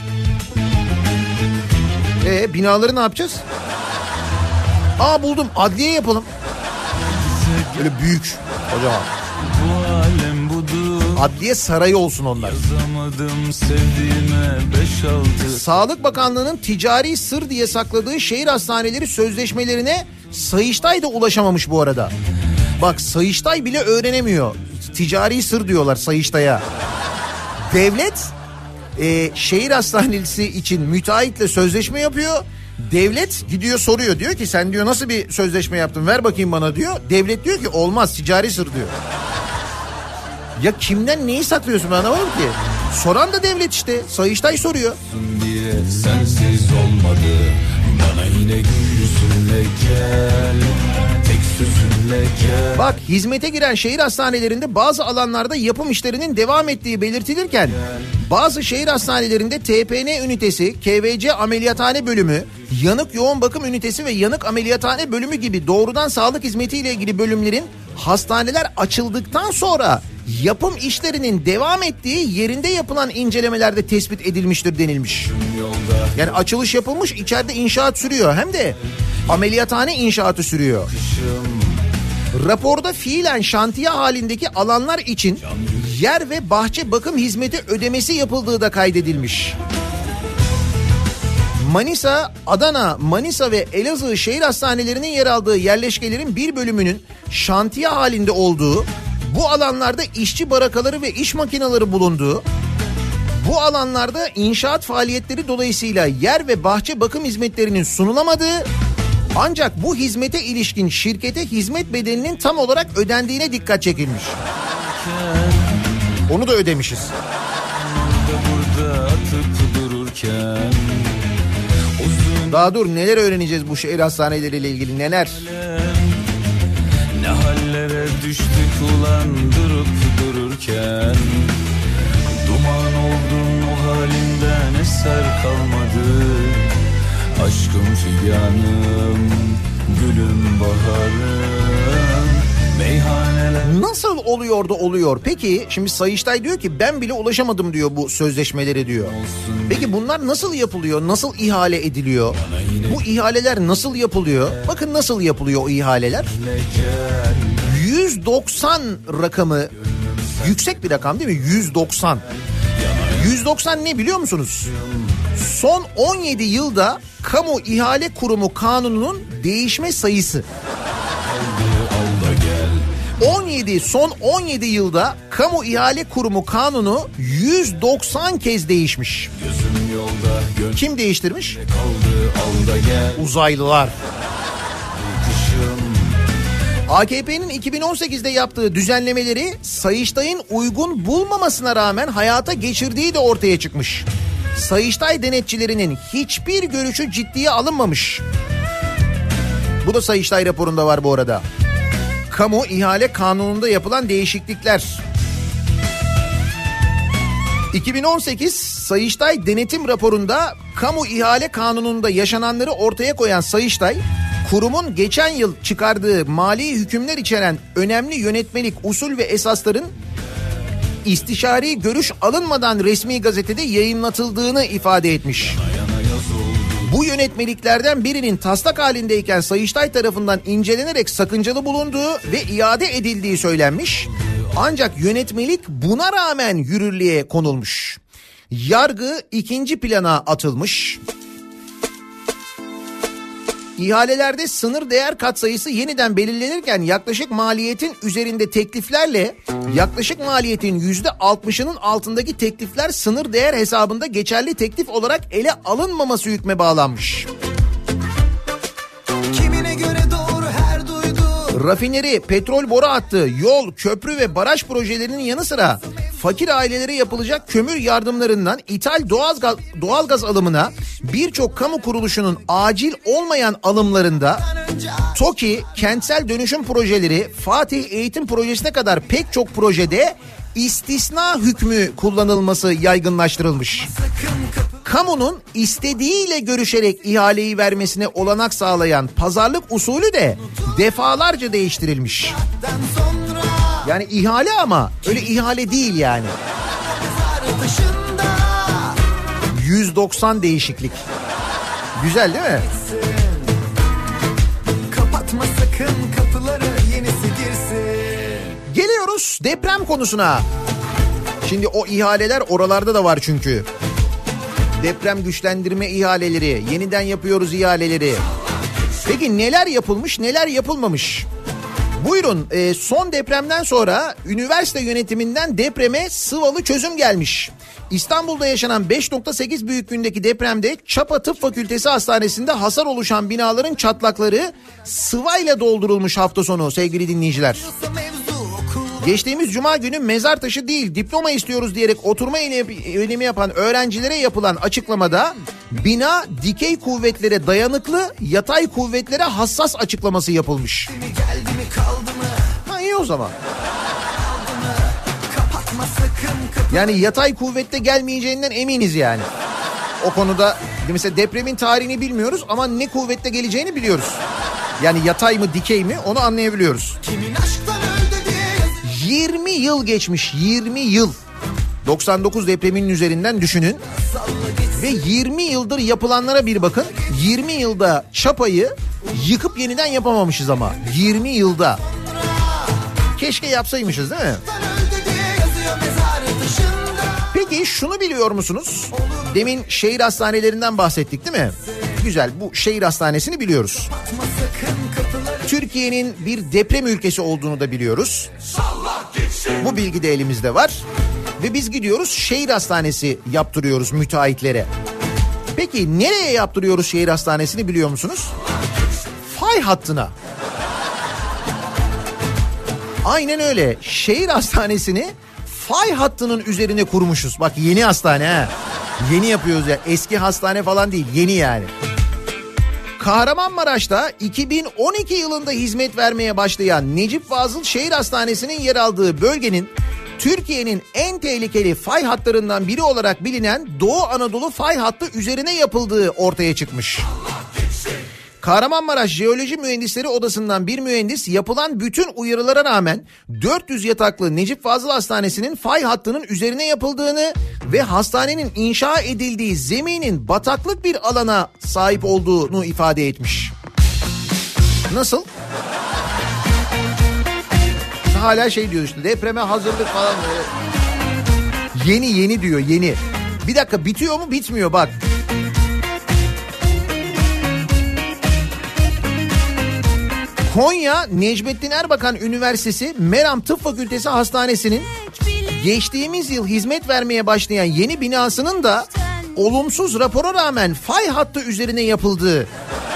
Speaker 1: Ee, binaları ne yapacağız? Aa buldum, adliye yapalım. Böyle büyük, kocaman.
Speaker 7: Bu alem budur.
Speaker 1: Adliye sarayı olsun onlar.
Speaker 7: Yazamadım sevdiğime beş altı.
Speaker 1: Sağlık Bakanlığı'nın ticari sır diye sakladığı şehir hastaneleri sözleşmelerine Sayıştay da ulaşamamış bu arada. Bak, Sayıştay bile öğrenemiyor. Ticari sır diyorlar Sayıştay'a. Devlet e, şehir hastanesi için müteahhitle sözleşme yapıyor. Devlet gidiyor soruyor, diyor ki sen diyor nasıl bir sözleşme yaptın, ver bakayım bana diyor. Devlet diyor ki olmaz, ticari sır diyor. Ya kimden neyi saklıyorsun, ben anlamadım ki. Soran da devlet işte, Sayıştay soruyor.
Speaker 7: Diye sensiz olmadı. Bana yine gül yüzünle gel. Tek sözünle gel.
Speaker 1: Bak, hizmete giren şehir hastanelerinde bazı alanlarda yapım işlerinin devam ettiği belirtilirken bazı şehir hastanelerinde T P N ünitesi, K V C ameliyathane bölümü, yanık yoğun bakım ünitesi ve yanık ameliyathane bölümü gibi doğrudan sağlık hizmetiyle ilgili bölümlerin hastaneler açıldıktan sonra yapım işlerinin devam ettiği yerinde yapılan incelemelerde tespit edilmiştir denilmiş. Yani açılış yapılmış, içeride inşaat sürüyor, hem de ameliyathane inşaatı sürüyor. Raporda fiilen şantiye halindeki alanlar için yer ve bahçe bakım hizmeti ödemesi yapıldığı da kaydedilmiş. Manisa, Adana, Manisa ve Elazığ şehir hastanelerinin yer aldığı yerleşkelerin bir bölümünün şantiye halinde olduğu, bu alanlarda işçi barakaları ve iş makineleri bulunduğu, bu alanlarda inşaat faaliyetleri dolayısıyla yer ve bahçe bakım hizmetlerinin sunulamadığı, ancak bu hizmete ilişkin şirkete hizmet bedelinin tam olarak ödendiğine dikkat çekilmiş. Onu da ödemişiz.
Speaker 7: Burada atıp dururken
Speaker 1: daha dur, neler öğreneceğiz bu şehir hastaneleriyle ilgili, neler?
Speaker 7: Ne hallere düştük ulan durup dururken, duman oldun o halinden eser kalmadı. Aşkım figanım, gülüm baharım, meyhaneler...
Speaker 1: Nasıl oluyor da oluyor? Peki şimdi Sayıştay diyor ki ben bile ulaşamadım diyor bu sözleşmelere diyor. Peki bunlar nasıl yapılıyor? Nasıl ihale ediliyor? Bu ihaleler nasıl yapılıyor? Bakın nasıl yapılıyor o ihaleler. yüz doksan rakamı yüksek bir rakam değil mi? yüz doksan. yüz doksan ne biliyor musunuz? Son on yedi yılda Kamu İhale Kurumu Kanunu'nun değişme sayısı. on yedi son on yedi yılda Kamu İhale Kurumu Kanunu yüz doksan kez değişmiş.
Speaker 7: Yolda,
Speaker 1: kim değiştirmiş?
Speaker 7: Kaldı,
Speaker 1: uzaylılar. A K P'nin iki bin on sekizde yaptığı düzenlemeleri Sayıştay'ın uygun bulmamasına rağmen hayata geçirdiği de ortaya çıkmış. Sayıştay denetçilerinin hiçbir görüşü ciddiye alınmamış. Bu da Sayıştay raporunda var bu arada. Kamu İhale Kanunu'nda yapılan değişiklikler. iki bin on sekiz Sayıştay denetim raporunda Kamu İhale Kanunu'nda yaşananları ortaya koyan Sayıştay, kurumun geçen yıl çıkardığı mali hükümler içeren önemli yönetmelik usul ve esasların istişari görüş alınmadan resmi gazetede yayınlatıldığını ifade etmiş. Bu yönetmeliklerden birinin taslak halindeyken Sayıştay tarafından incelenerek sakıncalı bulunduğu ve iade edildiği söylenmiş. Ancak yönetmelik buna rağmen yürürlüğe konulmuş. Yargı ikinci plana atılmış. İhalelerde sınır değer katsayısı yeniden belirlenirken yaklaşık maliyetin üzerinde tekliflerle yaklaşık maliyetin yüzde altmışının altındaki teklifler sınır değer hesabında geçerli teklif olarak ele alınmaması hükme bağlanmış.
Speaker 5: Kimine göre doğru her duyduğu.
Speaker 1: Rafineri, petrol boru hattı, yol, köprü ve baraj projelerinin yanı sıra fakir ailelere yapılacak kömür yardımlarından ithal doğalgaz, doğalgaz alımına birçok kamu kuruluşunun acil olmayan alımlarında TOKİ, kentsel dönüşüm projeleri, Fatih Eğitim Projesi'ne kadar pek çok projede istisna hükmü kullanılması yaygınlaştırılmış. Kamunun istediğiyle görüşerek ihaleyi vermesine olanak sağlayan pazarlık usulü de defalarca değiştirilmiş. Yani ihale ama öyle ihale değil yani. yüz doksan değişiklik. Güzel değil mi?
Speaker 5: Kapatma sakın kapıları, yenisi girsin.
Speaker 1: Geliyoruz deprem konusuna. Şimdi o ihaleler oralarda da var çünkü. Deprem güçlendirme ihaleleri, yeniden yapıyoruz ihaleleri. Peki neler yapılmış, neler yapılmamış? Buyurun, e, son depremden sonra üniversite yönetiminden depreme sıvalı çözüm gelmiş. İstanbul'da yaşanan beş nokta sekiz büyüklüğündeki depremde Çapa Tıp Fakültesi Hastanesi'nde hasar oluşan binaların çatlakları sıvayla doldurulmuş hafta sonu sevgili dinleyiciler. Geçtiğimiz cuma günü mezar taşı değil diploma istiyoruz diyerek oturma eylemi yapan öğrencilere yapılan açıklamada bina dikey kuvvetlere dayanıklı, yatay kuvvetlere hassas açıklaması yapılmış. o zaman. Yani yatay kuvvette gelmeyeceğinden eminiz yani. O konuda mesela depremin tarihini bilmiyoruz ama ne kuvvette geleceğini biliyoruz. Yani yatay mı dikey mi onu anlayabiliyoruz. yirmi yıl geçmiş, yirmi yıl. doksan dokuz depreminin üzerinden düşünün. Ve yirmi yıldır yapılanlara bir bakın. yirmi yılda Çapa'yı yıkıp yeniden yapamamışız ama. yirmi yılda. Keşke yapsaymışız değil mi? Peki şunu biliyor musunuz? Demin şehir hastanelerinden bahsettik değil mi? Güzel, bu şehir hastanesini biliyoruz. Türkiye'nin bir deprem ülkesi olduğunu da biliyoruz. Bu bilgi de elimizde var. Ve biz gidiyoruz şehir hastanesi yaptırıyoruz müteahhitlere. Peki nereye yaptırıyoruz şehir hastanesini biliyor musunuz? Fay hattına. Aynen öyle. Şehir hastanesini fay hattının üzerine kurmuşuz. Bak yeni hastane ha. Yeni yapıyoruz ya. Eski hastane falan değil. Yeni yani. Kahramanmaraş'ta iki bin on iki yılında hizmet vermeye başlayan Necip Fazıl Şehir Hastanesi'nin yer aldığı bölgenin Türkiye'nin en tehlikeli fay hatlarından biri olarak bilinen Doğu Anadolu fay hattı üzerine yapıldığı ortaya çıkmış. Kahramanmaraş Jeoloji Mühendisleri Odası'ndan bir mühendis yapılan bütün uyarılara rağmen dört yüz yataklı Necip Fazıl Hastanesi'nin fay hattının üzerine yapıldığını ve hastanenin inşa edildiği zeminin bataklık bir alana sahip olduğunu ifade etmiş. Nasıl? Hala şey diyor işte, depreme hazırlık falan böyle. Yeni yeni diyor, yeni. Bir dakika, bitiyor mu? Bitmiyor bak. Konya Necmettin Erbakan Üniversitesi Meram Tıp Fakültesi Hastanesi'nin geçtiğimiz yıl hizmet vermeye başlayan yeni binasının da olumsuz rapora rağmen fay hattı üzerine yapıldığı.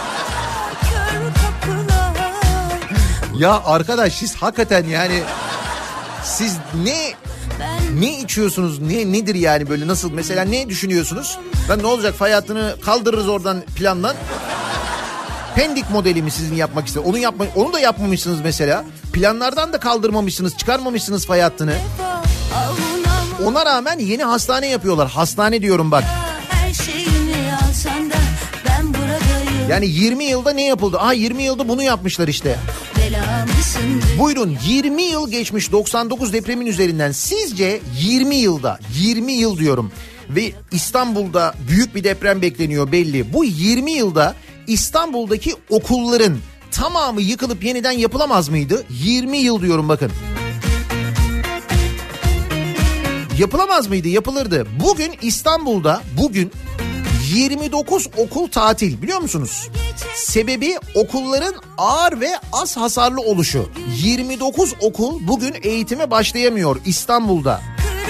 Speaker 1: Ya arkadaş, siz hakikaten yani siz ne ne içiyorsunuz, ne nedir yani, böyle nasıl, mesela ne düşünüyorsunuz? Ben ne olacak, fay hattını kaldırırız oradan plandan. Pendik modeli mi sizin yapmak istedim? Onu yapma, onu da yapmamışsınız mesela. Planlardan da kaldırmamışsınız, çıkarmamışsınız fay hattını. Ona rağmen yeni hastane yapıyorlar. Hastane diyorum bak. Yani yirmi yılda ne yapıldı? Aa, yirmi yılda bunu yapmışlar işte. Buyurun, yirmi yıl geçmiş doksan dokuz depremin üzerinden. Sizce yirmi yılda, yirmi yıl diyorum. Ve İstanbul'da büyük bir deprem bekleniyor belli. Bu yirmi yılda İstanbul'daki okulların tamamı yıkılıp yeniden yapılamaz mıydı? yirmi yıl diyorum bakın. Yapılamaz mıydı? Yapılırdı. Bugün İstanbul'da bugün yirmi dokuz okul tatil, biliyor musunuz? Sebebi okulların ağır ve az hasarlı oluşu. yirmi dokuz okul bugün eğitime başlayamıyor İstanbul'da.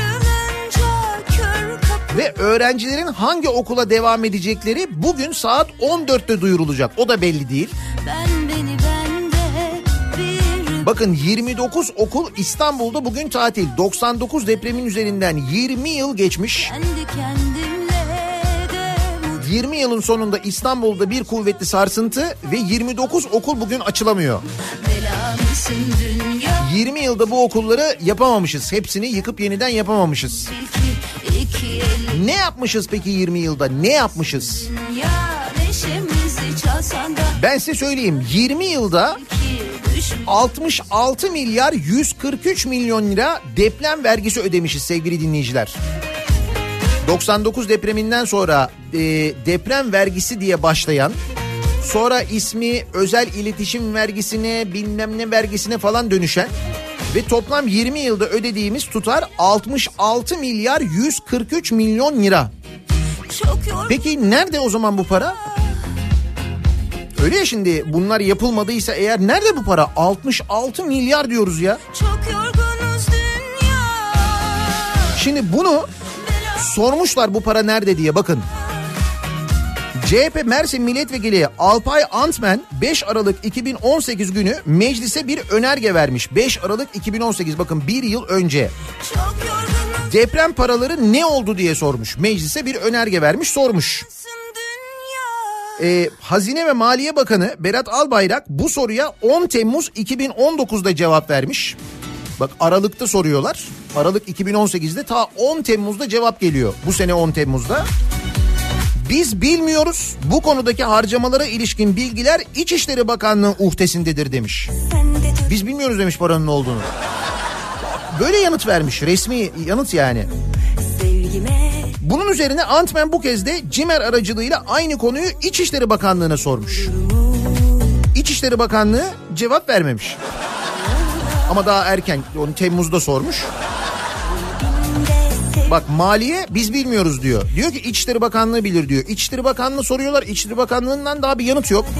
Speaker 1: Ve öğrencilerin hangi okula devam edecekleri bugün saat on dörtte duyurulacak. O da belli değil. Ben beni, ben de bir... Bakın, yirmi dokuz okul İstanbul'da bugün tatil. doksan dokuz depremin üzerinden yirmi yıl geçmiş. yirmi yılın sonunda İstanbul'da bir kuvvetli sarsıntı ve yirmi dokuz okul bugün açılamıyor. yirmi yılda bu okulları yapamamışız. Hepsini yıkıp yeniden yapamamışız. Ne yapmışız peki yirmi yılda? Ne yapmışız? Ben size söyleyeyim. yirmi yılda altmış altı milyar yüz kırk üç milyon lira deprem vergisi ödemişiz sevgili dinleyiciler. doksan dokuz depreminden sonra e, deprem vergisi diye başlayan, sonra ismi özel iletişim vergisine, bilmem ne vergisine falan dönüşen ve toplam yirmi yılda ödediğimiz tutar altmış altı milyar yüz kırk üç milyon lira. Peki nerede o zaman bu para? Öyle ya, şimdi bunlar yapılmadıysa eğer nerede bu para? altmış altı milyar diyoruz ya. Çok yorgunuz dünya. Şimdi bunu sormuşlar, bu para nerede diye, bakın. C H P Mersin Milletvekili Alpay Antmen beş Aralık iki bin on sekiz günü meclise bir önerge vermiş. beş Aralık iki bin on sekiz, bakın bir yıl önce. Deprem paraları ne oldu diye sormuş. Meclise bir önerge vermiş, sormuş. Ee, Hazine ve Maliye Bakanı Berat Albayrak bu soruya on Temmuz iki bin on dokuzda cevap vermiş. Bak Aralık'ta soruyorlar. Aralık iki bin on sekizde ta on Temmuz'da cevap geliyor. Bu sene on Temmuz'da. Biz bilmiyoruz. Bu konudaki harcamalara ilişkin bilgiler İçişleri Bakanlığı uhdesindedir demiş. Biz bilmiyoruz demiş paranın ne olduğunu. Böyle yanıt vermiş. Resmi yanıt yani. Bunun üzerine Antmen bu kez de CİMER aracılığıyla aynı konuyu İçişleri Bakanlığı'na sormuş. İçişleri Bakanlığı cevap vermemiş. Ama daha erken, onu Temmuz'da sormuş. Bak Maliye biz bilmiyoruz diyor. Diyor ki İçişleri Bakanlığı bilir diyor. İçişleri Bakanlığı soruyorlar. İçişleri Bakanlığı'ndan daha bir yanıt yok.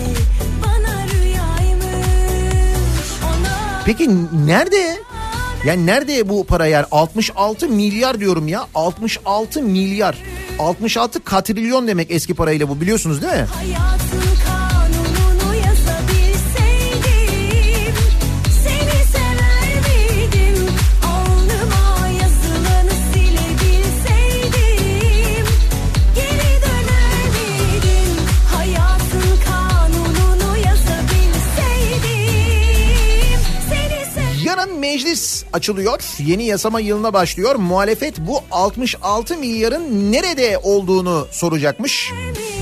Speaker 1: Peki nerede? Yani nerede bu para yer? altmış altı milyar diyorum ya. altmış altı milyar. altmış altı katrilyon demek eski parayla bu, biliyorsunuz değil mi?
Speaker 6: Hayatın kanununu yazabilseydim, seni sever miydim? Alnıma yazılanı silebilseydim, geri döner miydim? Hayatın kanununu yazabilseydim, seni sever.
Speaker 1: Yarın meclis açılıyor. Yeni yasama yılına başlıyor. Muhalefet bu altmış altı milyarın nerede olduğunu soracakmış.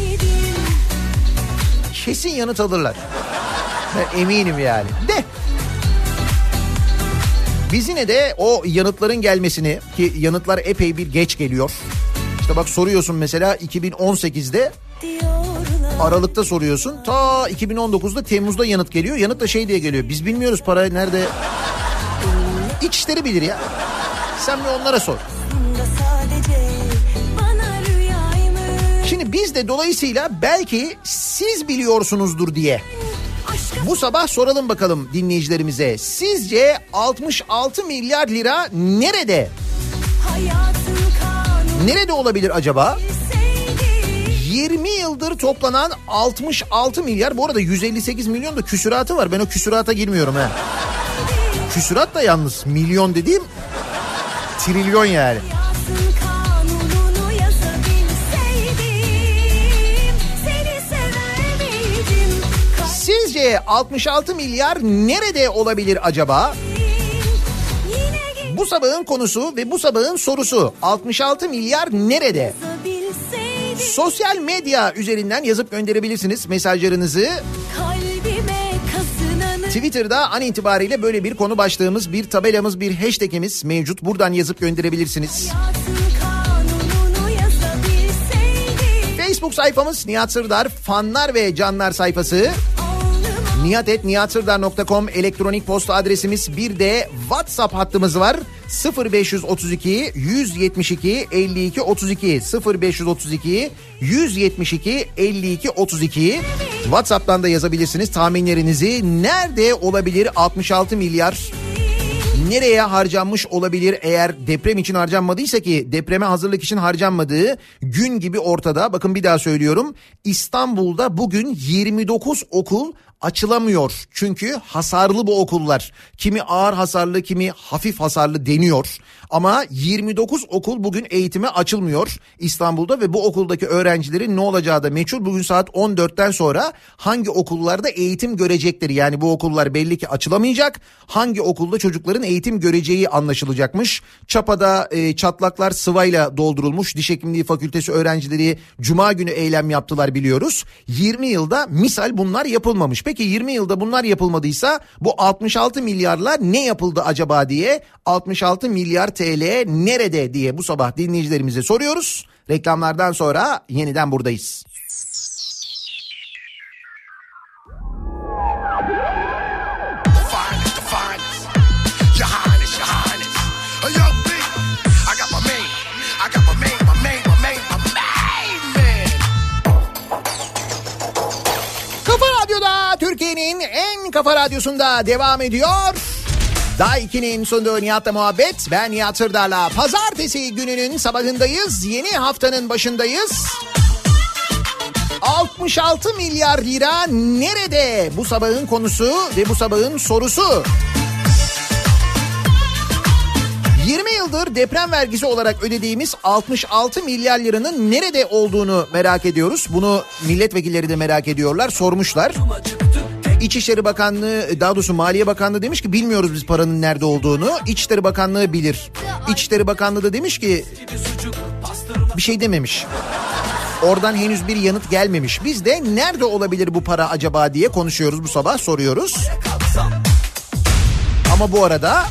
Speaker 1: Kesin yanıt alırlar. Ben eminim yani. De. Biz yine de o yanıtların gelmesini, ki yanıtlar epey bir geç geliyor. İşte bak soruyorsun mesela iki bin on sekizde Aralık'ta soruyorsun. Ta iki bin on dokuzda Temmuz'da yanıt geliyor. Yanıt da şey diye geliyor. Biz bilmiyoruz para nerede. İçişleri bilir ya. Sen bir onlara sor. Şimdi biz de dolayısıyla belki siz biliyorsunuzdur diye bu sabah soralım bakalım dinleyicilerimize. Sizce altmış altı milyar lira nerede? Nerede olabilir acaba? yirmi yıldır toplanan altmış altı milyar, bu arada yüz elli sekiz milyon da küsuratı var. Ben o küsurata girmiyorum ha. Küsurat da yalnız milyon dediğim trilyon yani. Sizce altmış altı milyar nerede olabilir acaba? Bu sabahın konusu ve bu sabahın sorusu altmış altı milyar nerede? Sosyal medya üzerinden yazıp gönderebilirsiniz mesajlarınızı. Twitter'da an itibariyle böyle bir konu başlığımız, bir tabelamız, bir hashtagimiz mevcut. Buradan yazıp gönderebilirsiniz. Facebook sayfamız Nihat Sırdar fanlar ve canlar sayfası. nihat et nihat sırdar nokta com elektronik posta adresimiz. Bir de WhatsApp hattımız var. sıfır beş otuz iki yüz yetmiş iki elli iki otuz iki sıfır beş otuz iki yüz yetmiş iki elli iki otuz iki. WhatsApp'tan da yazabilirsiniz tahminlerinizi. Nerede olabilir altmış altı milyar? Nereye harcanmış olabilir eğer deprem için harcanmadıysa, ki depreme hazırlık için harcanmadığı gün gibi ortada. Bakın bir daha söylüyorum. İstanbul'da bugün yirmi dokuz okul açılamıyor. Çünkü hasarlı bu okullar. Kimi ağır hasarlı, kimi hafif hasarlı deniyor. Ama yirmi dokuz okul bugün eğitime açılmıyor İstanbul'da ve bu okuldaki öğrencilerin ne olacağı da meçhul. Bugün saat on dörtten sonra hangi okullarda eğitim görecektir? Yani bu okullar belli ki açılamayacak. Hangi okulda çocukların eğitim göreceği anlaşılacakmış. Çapa'da e, çatlaklar sıvayla doldurulmuş. Diş Hekimliği Fakültesi öğrencileri Cuma günü eylem yaptılar biliyoruz. yirmi yılda misal bunlar yapılmamış. Peki yirmi yılda bunlar yapılmadıysa bu altmış altı milyarla ne yapıldı acaba diye, altmış altı milyar T L nerede diye bu sabah dinleyicilerimize soruyoruz. Reklamlardan sonra yeniden buradayız. Kafa Radyo'da, Türkiye'nin en kafa radyosunda devam ediyor. Daha ikinin sunduğu Nihat'la muhabbet. Ben Nihat Sırdar'la pazartesi gününün sabahındayız. Yeni haftanın başındayız. altmış altı milyar lira nerede? Bu sabahın konusu ve bu sabahın sorusu. yirmi yıldır deprem vergisi olarak ödediğimiz altmış altı milyar liranın nerede olduğunu merak ediyoruz. Bunu milletvekilleri de merak ediyorlar, sormuşlar. İçişleri Bakanlığı, daha doğrusu Maliye Bakanlığı demiş ki bilmiyoruz biz paranın nerede olduğunu. İçişleri Bakanlığı bilir. İçişleri Bakanlığı da demiş ki bir şey dememiş. Oradan henüz bir yanıt gelmemiş. Biz de nerede olabilir bu para acaba diye konuşuyoruz bu sabah, soruyoruz. Ama bu arada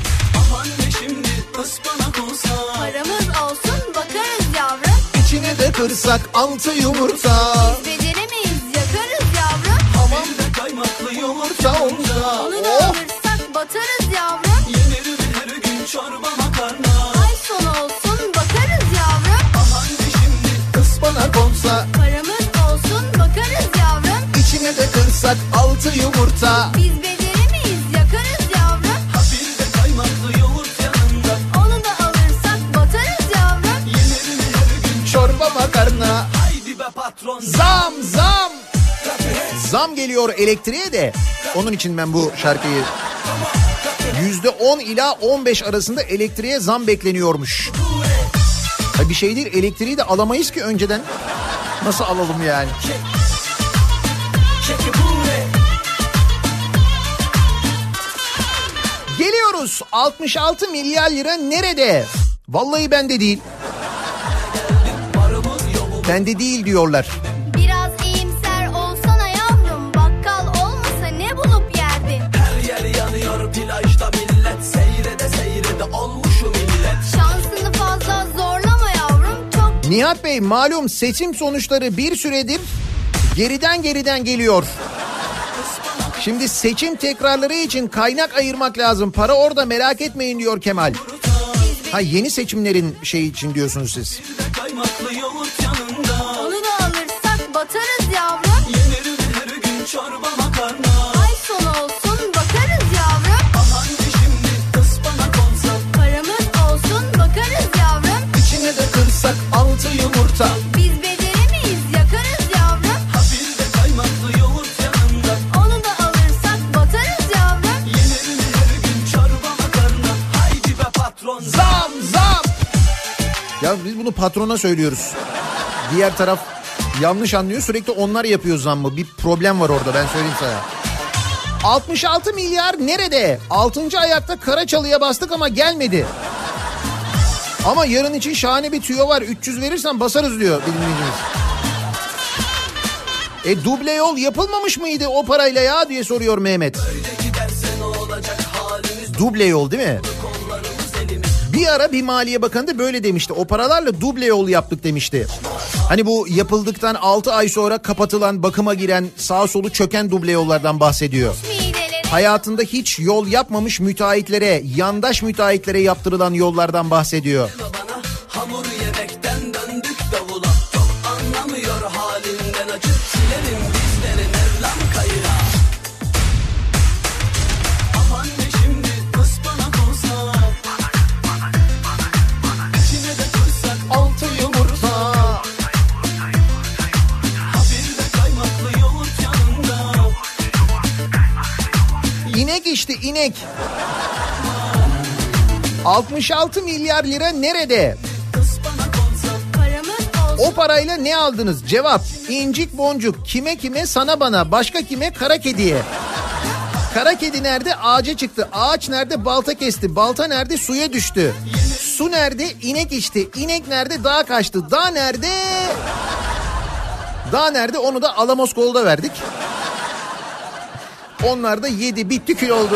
Speaker 8: paramız olsun bakarız yavrum.
Speaker 1: İçine de kırsak altı yumurta.
Speaker 8: Biz beceremeyiz yakarız yavrum.
Speaker 1: Hamamda kaymaklı yumurta olsa.
Speaker 8: Onu da
Speaker 1: Oh!
Speaker 8: alırsak batarız yavrum.
Speaker 7: Yenir her gün çorba makarna.
Speaker 8: Ay sonu olsun bakarız yavrum.
Speaker 7: Aman şimdi
Speaker 1: Ispanak olsa.
Speaker 8: Paramız olsun bakarız yavrum.
Speaker 1: İçine de kırsak altı yumurta.
Speaker 8: Biz beceremeyiz yakarız yavrum.
Speaker 7: ha bir de kaymaklı yoğurt yanında.
Speaker 8: Onu da alırsak batarız yavrum.
Speaker 7: Yenir her gün
Speaker 1: Çorba makarna.
Speaker 7: haydi be patron.
Speaker 1: Zam zam. Zam geliyor elektriğe de. Onun için ben bu şarkıyı... yüzde on ila on beş arasında elektriğe zam bekleniyormuş. Ha bir şey değil, elektriği de alamayız ki önceden. Nasıl alalım yani? Geliyoruz. altmış altı milyar lira nerede? Vallahi bende değil. Bende değil diyorlar.
Speaker 8: Biraz iyimser olsana yavrum. Bakkal olmasa ne bulup yerdin?
Speaker 7: Her yer yanıyor plajda millet. Seyrede seyrede olmuşum millet.
Speaker 8: Şansını fazla zorlama yavrum. Çok
Speaker 1: Nihat Bey, malum seçim sonuçları bir süredir geriden geriden geliyor. Şimdi seçim tekrarları için kaynak ayırmak lazım. Para orada, merak etmeyin diyor Kemal. Ha yeni seçimlerin şey için diyorsunuz siz.
Speaker 7: Kaymaklı yoğurt yanında.
Speaker 8: onu da alırsak batarız yavrum.
Speaker 7: Yenir her gün çorba makarna.
Speaker 8: Ay sonu olsun bakarız yavrum.
Speaker 7: Aman şimdi ıspanak olsa.
Speaker 8: Paramız olsun bakarız yavrum.
Speaker 1: İçine de kırsak altı yumurta.
Speaker 8: Biz beceremeyiz yakarız yavrum.
Speaker 7: Ha bir de kaymaklı yoğurt yanında.
Speaker 8: Onu da alırsak batarız yavrum.
Speaker 7: Yenir her gün çorba makarna. Haydi be patron.
Speaker 1: Zam zam. Ya biz bunu patrona söylüyoruz. Diğer taraf yanlış anlıyor, sürekli onlar yapıyor zammı. Bir problem var orada, ben söyleyeyim sana. altmış altı milyar nerede? altıncı ayakta Karaçalı'ya bastık ama gelmedi. Ama yarın için şahane bir tüyo var. üç yüz verirsen basarız diyor dinleyicimiz. E duble yol yapılmamış mıydı o parayla ya diye soruyor Mehmet. Duble yol değil mi? Bir ara bir Maliye Bakanı da böyle demişti. O paralarla duble yol yaptık demişti. Hani bu yapıldıktan altı ay sonra kapatılan, bakıma giren, sağa solu çöken duble yollardan bahsediyor.
Speaker 8: Mideleri
Speaker 1: Hayatında hiç yol yapmamış müteahhitlere, yandaş müteahhitlere yaptırılan yollardan bahsediyor.
Speaker 7: Bana hamur yemekten döndük davula. Çok anlamıyor halinden acı. Silerim bizleri Mevlam kayıra. Aman ne şimdi ıspanak olsa. İçine de kırsak
Speaker 1: Altı yumurta.
Speaker 7: ha bir de kaymaklı yoğurt yanında.
Speaker 1: İnek işte inek. altmış altı milyar lira nerede?
Speaker 8: paramız olsun.
Speaker 1: O parayla ne aldınız? Cevap: incik boncuk. Kime kime? Sana bana. Başka kime? Kara kediye. Kara kedi nerede? Ağaca çıktı. Ağaç nerede? Balta kesti. Balta nerede? Suya düştü. Su nerede? İnek içti. İnek nerede? Dağa kaçtı. Dağ nerede? Dağ nerede? Onu da Alamos Gold'a verdik. Onlar da yedi. Bitti, kül oldu.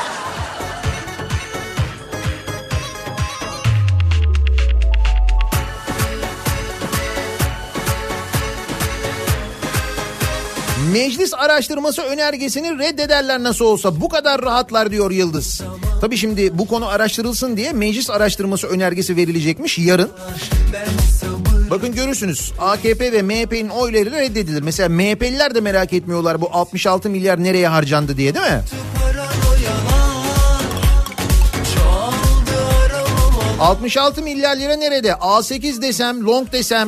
Speaker 1: Meclis araştırması önergesini reddederler nasıl olsa, bu kadar rahatlar diyor Yıldız. Tabii şimdi bu konu araştırılsın diye meclis araştırması önergesi verilecekmiş yarın. Bakın görürsünüz, A K P ve M H P'nin oyları reddedilir. Mesela M H P'liler de merak etmiyorlar bu altmış altı milyar nereye harcandı diye, değil mi? altmış altı milyar lira nerede? A sekiz desem, long desem.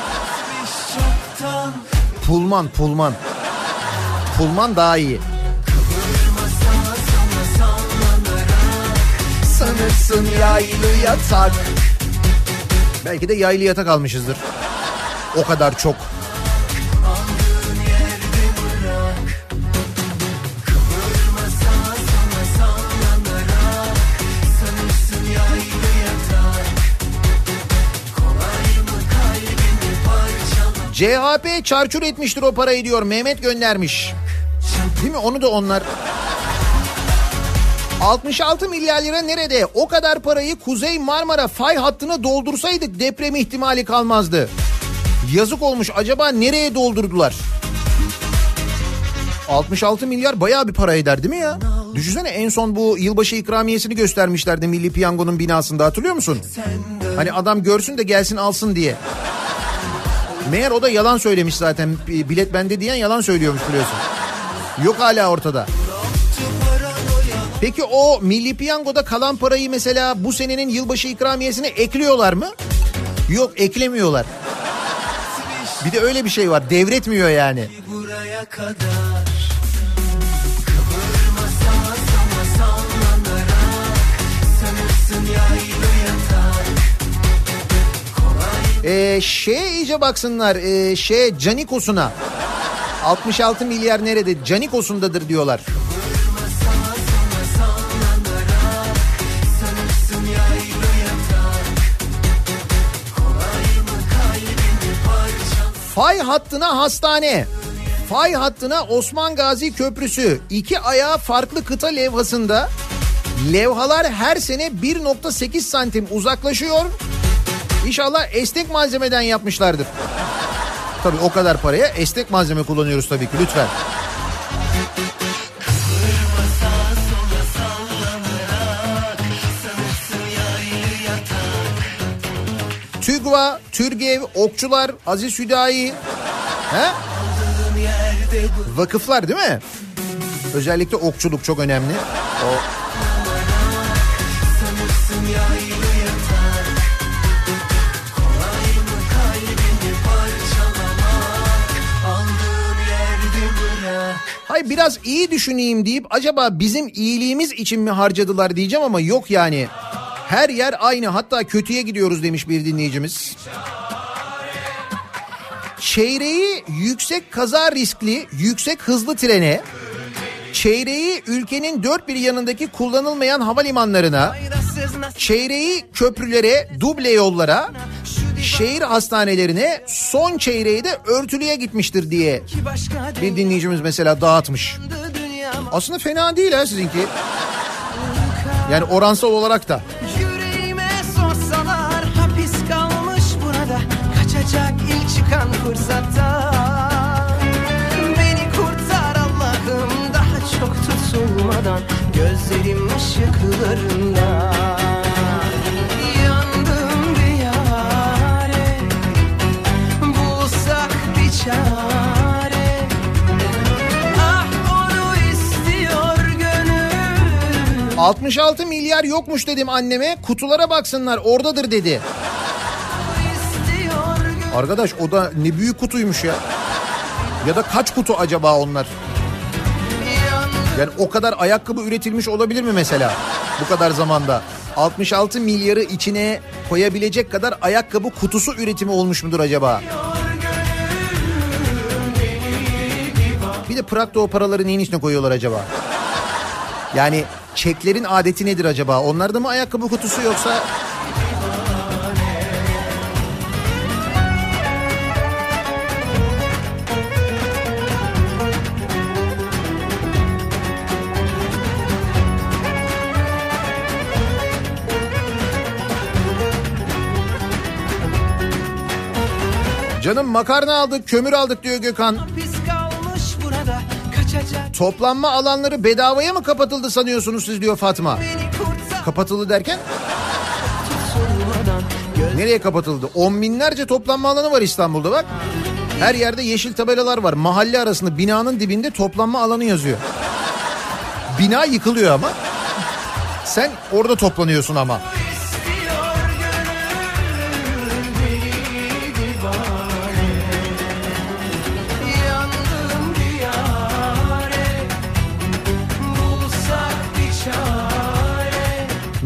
Speaker 1: Pullman, Pullman. Pullman daha iyi.
Speaker 5: Sanırsın Sanırsın yaylı yatak.
Speaker 1: Belki de yaylı yatak almışızdır. O kadar çok. C H P çarçur etmiştir o parayı diyor. Mehmet göndermiş. Değil mi? Onu da onlar. altmış altı milyar lira nerede? O kadar parayı Kuzey Marmara fay hattına doldursaydık deprem ihtimali kalmazdı. Yazık olmuş. Acaba nereye doldurdular? altmış altı milyar bayağı bir para eder değil mi ya? Düşünsene, en son bu yılbaşı ikramiyesini göstermişlerdi Milli Piyango'nun binasında, hatırlıyor musun? Hani adam görsün de gelsin alsın diye. Meğer o da yalan söylemiş zaten. Bilet bende diyen yalan söylüyormuş, biliyorsun. Yok hala ortada. Peki o Milli Piyango'da kalan parayı mesela bu senenin yılbaşı ikramiyesine ekliyorlar mı? Yok, eklemiyorlar. Bir de öyle bir şey var, devretmiyor yani.
Speaker 5: Buraya kadar kıvırma sağa sana sallanarak, sanırsın yaylı yatak.
Speaker 1: Ee, şeye iyice baksınlar, ee, şey Canikos'una. altmış altı milyar nerede? Canikos'undadır diyorlar. Fay hattına hastane, fay hattına Osman Gazi Köprüsü, iki ayağı farklı kıta levhasında levhalar her sene bir nokta sekiz santim uzaklaşıyor. İnşallah esnek malzemeden yapmışlardır. Tabii o kadar paraya esnek malzeme kullanıyoruz tabii ki, lütfen. TÜGVA, TÜRGEV, Okçular, Aziz Hüdayi, he? Vakıflar değil mi? Özellikle okçuluk çok önemli. O... Hayır, biraz iyi düşüneyim deyip acaba bizim iyiliğimiz için mi harcadılar diyeceğim ama yok yani. Her yer aynı, hatta kötüye gidiyoruz demiş bir dinleyicimiz. Çeyreği yüksek kaza riskli, yüksek hızlı trene, çeyreği ülkenin dört bir yanındaki kullanılmayan havalimanlarına, çeyreği köprülere, duble yollara, şehir hastanelerine, son çeyreği de örtülüye gitmiştir diye bir dinleyicimiz mesela dağıtmış. Aslında fena değil ha sizinki. Yani oransal olarak da.
Speaker 5: Yüreğime sorsalar hapis kalmış burada, kaçacak ilk çıkan fırsatta. Beni kurtar Allah'ım daha çok tutulmadan, gözlerim ışıklarında. Yandım bir yare, bulsak bir çare.
Speaker 1: altmış altı milyar yokmuş dedim anneme, kutulara baksınlar oradadır dedi. Arkadaş o da ne büyük kutuymuş ya. Ya da kaç kutu acaba onlar? Yani o kadar ayakkabı üretilmiş olabilir mi mesela bu kadar zamanda? altmış altı milyarı içine koyabilecek kadar ayakkabı kutusu üretimi olmuş mudur acaba? Bir de Prag'da o paraları neyin içine koyuyorlar acaba? Yani çeklerin adeti nedir acaba? Onlar da mı ayakkabı kutusu yoksa... Canım makarna aldık, kömür aldık diyor Gökhan. Toplanma alanları bedavaya mı kapatıldı sanıyorsunuz siz diyor Fatma. Kapatıldı derken? Nereye kapatıldı? On binlerce toplanma alanı var İstanbul'da bak. Her yerde yeşil tabelalar var. Mahalle arasında binanın dibinde toplanma alanı yazıyor. Bina yıkılıyor ama. Sen orada toplanıyorsun ama.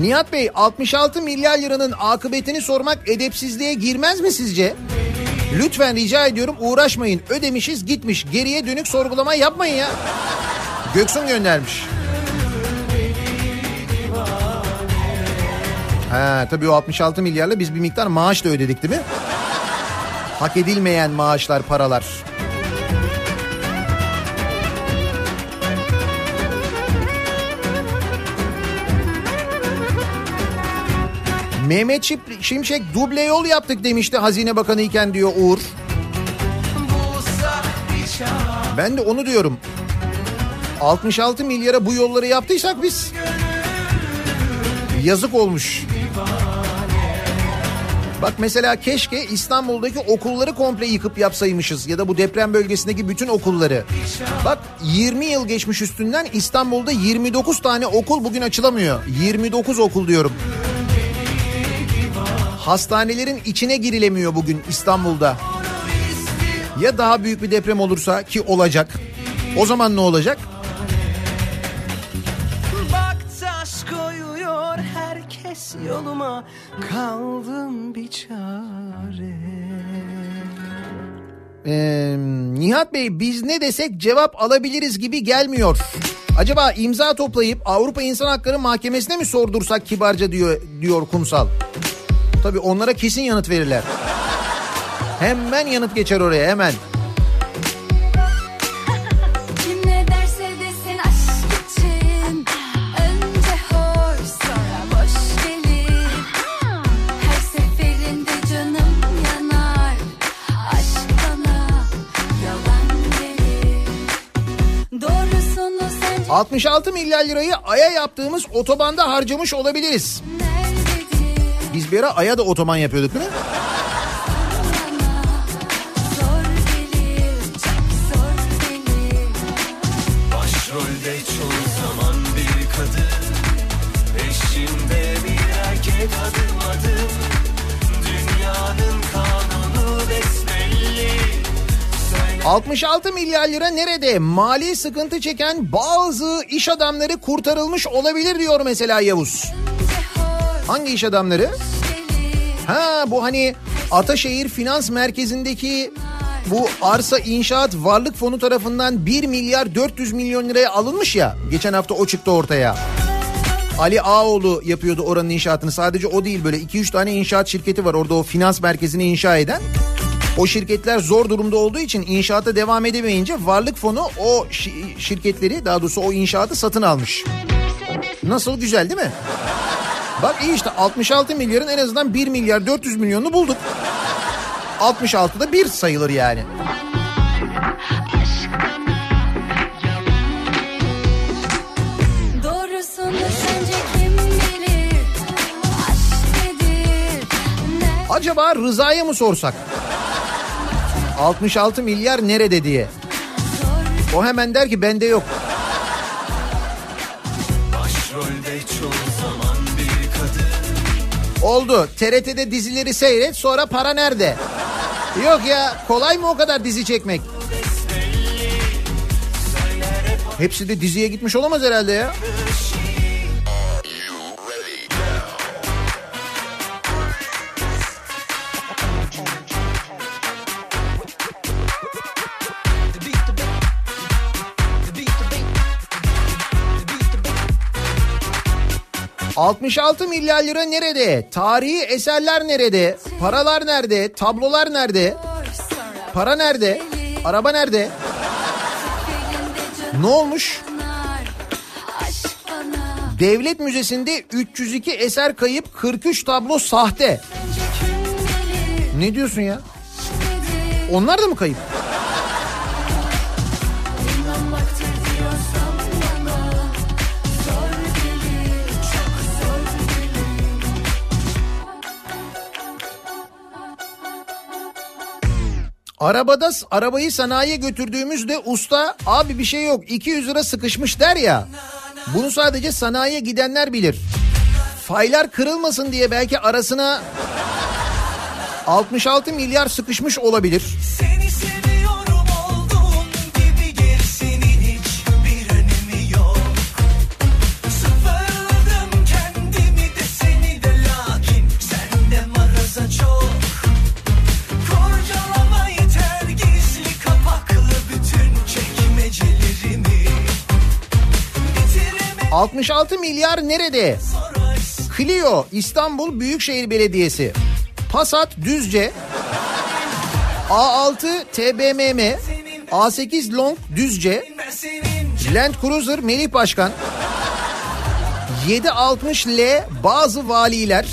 Speaker 1: Nihat Bey, altmış altı milyar liranın akıbetini sormak edepsizliğe girmez mi sizce? Lütfen rica ediyorum, uğraşmayın. Ödemişiz gitmiş. Geriye dönük sorgulama yapmayın ya. Göksun göndermiş. Ha, tabii o altmış altı milyarla biz bir miktar maaş da ödedik değil mi? Hak edilmeyen maaşlar, paralar. Mehmet Şimşek duble yol yaptık demişti Hazine Bakanı iken diyor Uğur. Ben de onu diyorum. altmış altı milyara bu yolları yaptıysak biz, yazık olmuş. Bak mesela keşke İstanbul'daki okulları komple yıkıp yapsaymışız ya da bu deprem bölgesindeki bütün okulları. Bak yirmi yıl geçmiş üstünden, İstanbul'da yirmi dokuz tane okul bugün açılamıyor. yirmi dokuz okul diyorum. Hastanelerin içine girilemiyor bugün İstanbul'da. Ya daha büyük bir deprem olursa, ki olacak. O zaman ne olacak?
Speaker 5: Bak taş koyuyor herkes yoluma, kaldım bir çare.
Speaker 1: Ee, Nihat Bey, biz ne desek cevap alabiliriz gibi gelmiyor. Acaba imza toplayıp Avrupa İnsan Hakları Mahkemesi'ne mi sordursak kibarca diyor, diyor Kumsal. Tabii onlara kesin yanıt verirler. Hemen yanıt geçer oraya, hemen.
Speaker 3: Kim ne derse desin aşk için, önce hoş sonra boş gelir. Her seferinde canım yanar, aşk bana yalan gelir. Doğrusunu sence
Speaker 1: altmış altı milyar lirayı Ay'a yaptığımız otobanda harcamış olabiliriz. Biz bir ara Ay'a da otoban yapıyorduk değil mi?
Speaker 5: Başrolde çoğu zaman bir kadın, eşimde bir erkek adım adım. Dünyanın kanunu besbelli.
Speaker 1: altmış altı milyar lira nerede? Mali sıkıntı çeken bazı iş adamları kurtarılmış olabilir diyor mesela Yavuz. Hangi iş adamları? Ha, bu hani Ataşehir Finans Merkezi'ndeki bu arsa inşaat varlık fonu tarafından bir milyar dört yüz milyon liraya alınmış ya. Geçen hafta o çıktı ortaya. Ali Ağoğlu yapıyordu oranın inşaatını. Sadece o değil, böyle iki üç tane inşaat şirketi var orada o finans merkezini inşa eden. O şirketler zor durumda olduğu için inşaata devam edemeyince varlık fonu o şirketleri, daha doğrusu o inşaatı satın almış. Nasıl, güzel değil mi? Bak iyi işte, altmış altı milyarın en azından bir milyar dört yüz milyonunu bulduk. altmış altıda bir sayılır yani.
Speaker 3: doğrusunu sence kim bilir? Aşk nedir? Ne?
Speaker 1: Acaba Rıza'ya mı sorsak? altmış altı milyar nerede diye. O hemen der ki bende yok.
Speaker 5: Başrolde çoğu zaman bir kadın.
Speaker 1: Oldu. T R T'de dizileri seyret, sonra para nerede? Yok ya, kolay mı o kadar dizi çekmek? Hepsi de diziye gitmiş olamaz herhalde ya. altmış altı milyar lira nerede? Tarihi eserler nerede? Paralar nerede? Tablolar nerede? Para nerede? Araba nerede? Ne olmuş? Devlet Müzesi'nde üç yüz iki eser kayıp, kırk üç tablo sahte. Ne diyorsun ya? Onlar da mı kayıp? Arabada arabayı sanayiye götürdüğümüzde usta abi bir şey yok iki yüz lira sıkışmış der ya. Bunu sadece sanayiye gidenler bilir. Faylar kırılmasın diye belki arasına altmış altı milyar sıkışmış olabilir.
Speaker 5: Seni seviyorum olduğum gibi, gerisinin hiçbir önemi yok. Sıfırladım kendimi
Speaker 1: altmış altı milyar nerede? Clio İstanbul Büyükşehir Belediyesi. Passat Düzce. A altı T B M M. A sekiz Long Düzce. Land Cruiser Melih Başkan. yedi altmış L bazı valiler.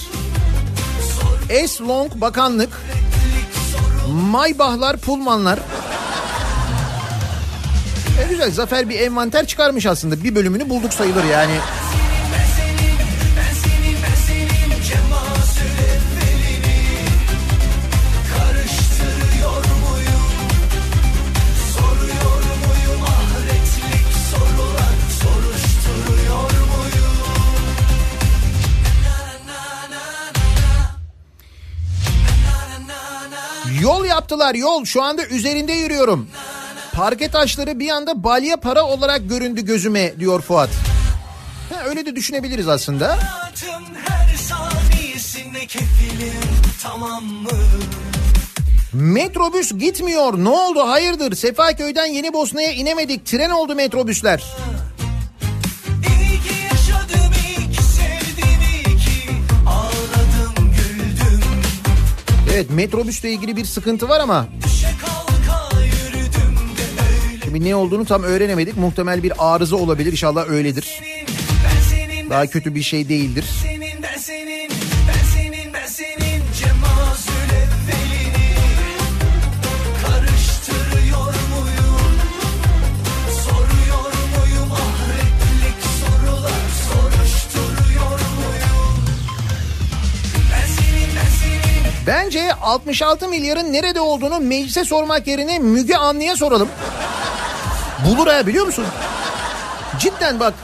Speaker 1: S Long Bakanlık. Maybachlar, Pullmanlar. E güzel, Zafer bir envanter çıkarmış aslında. Bir bölümünü bulduk sayılır yani. Yol yaptılar, yol. Şu anda üzerinde yürüyorum. Parke taşları bir anda balya para olarak göründü gözüme diyor Fuat. Ha, öyle de düşünebiliriz aslında. Metrobüs gitmiyor. Ne oldu? Hayırdır? Sefaköy'den Yenibosna'ya inemedik. Tren oldu metrobüsler. Evet, metrobüsle ilgili bir sıkıntı var ama şimdi ne olduğunu tam öğrenemedik. Muhtemel bir arıza olabilir. İnşallah öyledir. Daha kötü bir şey değildir. Bence altmış altı milyarın nerede olduğunu meclise sormak yerine Müge Anlı'ya soralım. Bulur ha, biliyor musun? Cidden bak.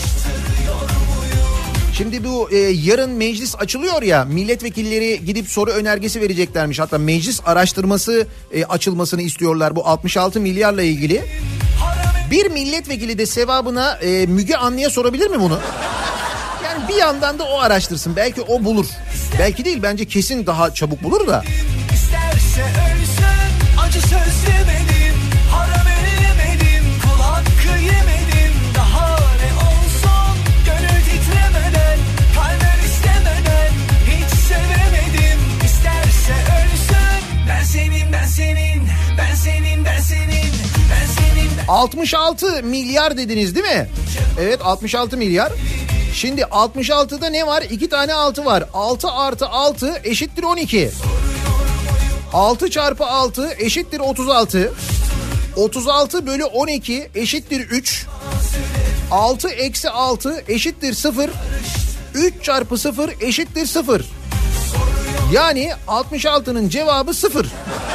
Speaker 1: Şimdi bu e, yarın meclis açılıyor ya, milletvekilleri gidip soru önergesi vereceklermiş. Hatta meclis araştırması e, açılmasını istiyorlar bu altmış altı milyarla ilgili. Bir milletvekili de sevabına e, Müge Anlı'ya sorabilir mi bunu? Yani bir yandan da o araştırsın. Belki o bulur. Belki değil, bence kesin daha çabuk bulur da.
Speaker 5: İsterse ölsün, acı söz yemedim, haram edemedim, kul hakkı yemedim. Daha ne olsun, gönül titremeden, kalben istemeden, hiç sevemedim. İsterse ölsün, ben senin, ben senin, ben senin, ben senin, ben senin. Ben...
Speaker 1: altmış altı milyar dediniz değil mi? Evet, altmış altı milyar. Şimdi altmış altıda ne var? İki tane altı var. altı artı altı eşittir on iki. altı çarpı altı eşittir otuz altı. otuz altı bölü on iki eşittir üç. altı eksi altı eşittir sıfır. üç çarpı sıfır eşittir sıfır. Yani altmış altının cevabı sıfır.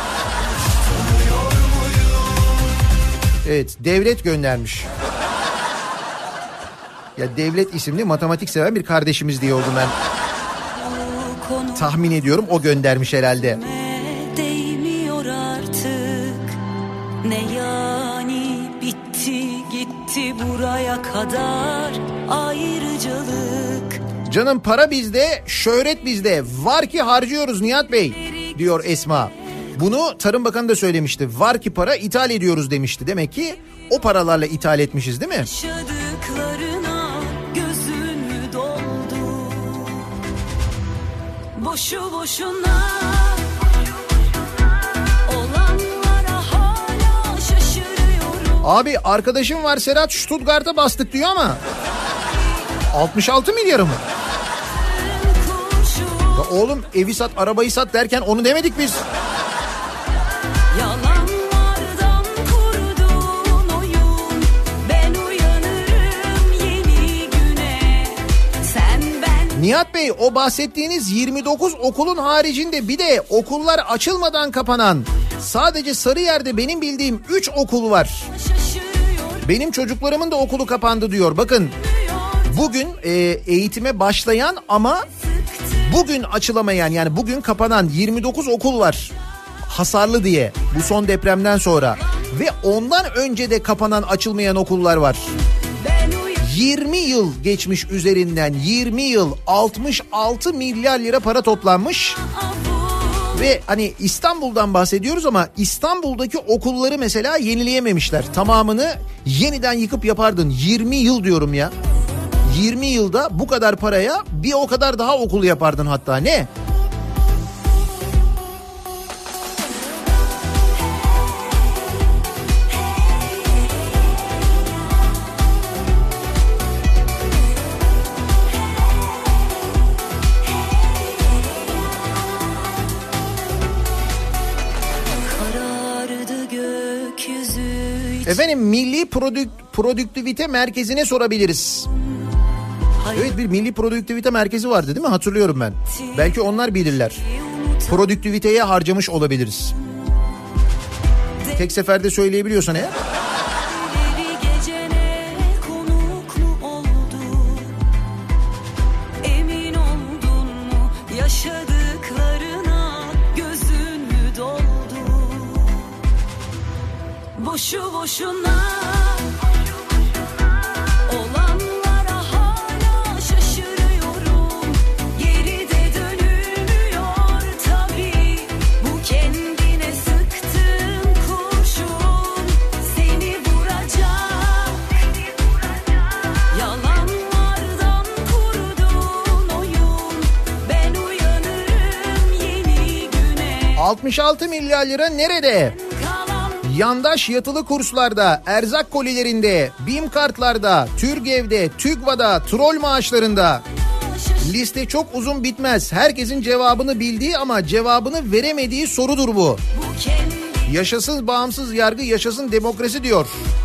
Speaker 1: Evet, devlet göndermiş. Ya Devlet isimli matematik seven bir kardeşimiz diye oldum ben. Tahmin ediyorum o göndermiş herhalde.
Speaker 3: Değmiyor artık. Ne yani, bitti gitti buraya kadar ayrıcalık.
Speaker 1: Canım para bizde, şöhret bizde. Var ki harcıyoruz Nihat Bey diyor Esma. Bunu Tarım Bakanı da söylemişti. Var ki para ithal ediyoruz demişti. Demek ki o paralarla ithal etmişiz değil mi?
Speaker 3: Boşu boşuna olanlara hala şaşırıyorum.
Speaker 1: Abi arkadaşım var Serhat, Stuttgart'a bastık diyor ama altmış altı milyarı mı? Ya oğlum evi sat, arabayı sat derken onu demedik biz.
Speaker 3: Yalanlardan kurduğun oyun, ben uyanırım yeni güne. Sen ben.
Speaker 1: Nihat Bey, o bahsettiğiniz yirmi dokuz okulun haricinde bir de okullar açılmadan kapanan sadece Sarıyer'de benim bildiğim üç okul var. Benim çocuklarımın da okulu kapandı diyor. Bakın bugün e, eğitime başlayan ama bugün açılamayan, yani bugün kapanan yirmi dokuz okul var. Hasarlı diye, bu son depremden sonra. Ve ondan önce de kapanan, açılmayan okullar var. yirmi yıl geçmiş üzerinden, yirmi yıl, altmış altı milyar lira para toplanmış. Ve hani İstanbul'dan bahsediyoruz ama İstanbul'daki okulları mesela yenileyememişler. Tamamını yeniden yıkıp yapardın. yirmi yıl diyorum ya. yirmi yılda bu kadar paraya bir o kadar daha okul yapardın hatta, ne? Efendim Milli Prodük Produktivite Merkezi'ne sorabiliriz. Evet, bir Milli Produktivite Merkezi vardı değil mi? Hatırlıyorum ben. Belki onlar bilirler. Produktiviteye harcamış olabiliriz. Tek seferde söyleyebiliyorsan eğer.
Speaker 6: Boşu boşuna olanlara hala şaşırıyorum. Geride dönülmüyor tabii. Bu kendine sıktığın kurşun seni vuracak. Yalanlardan kurduğun oyun. Ben uyanırım yeni güne.
Speaker 1: altmış altı milyar lira nerede? Yandaş yatılı kurslarda, erzak kolilerinde, BİM kartlarda, TÜRGEV'de, TÜGVA'da, troll maaşlarında. Liste çok uzun bitmez. Herkesin cevabını bildiği ama cevabını veremediği sorudur bu. Yaşasın bağımsız yargı, yaşasın demokrasi diyor.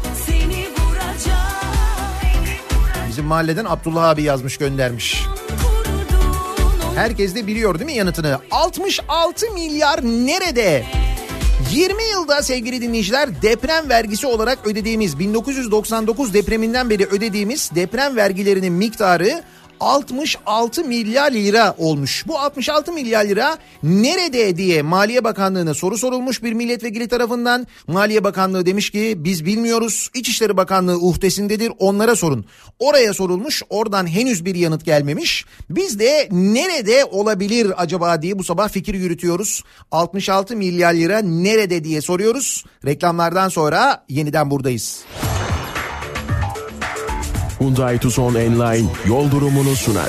Speaker 1: Bizim mahalleden Abdullah abi yazmış, göndermiş. Herkes de biliyor değil mi yanıtını? altmış altı milyar nerede? yirmi yılda sevgili dinleyiciler deprem vergisi olarak ödediğimiz, bin dokuz yüz doksan dokuz depreminden beri ödediğimiz deprem vergilerinin miktarı altmış altı milyar lira olmuş. Bu altmış altı milyar lira nerede diye Maliye Bakanlığı'na soru sorulmuş bir milletvekili tarafından. Maliye Bakanlığı demiş ki biz bilmiyoruz. İçişleri Bakanlığı uhdesindedir, onlara sorun. Oraya sorulmuş, oradan henüz bir yanıt gelmemiş. Biz de nerede olabilir acaba diye bu sabah fikir yürütüyoruz. altmış altı milyar lira nerede diye soruyoruz. Reklamlardan sonra yeniden buradayız.
Speaker 4: Hyundai Tucson Enline yol durumunu sunar.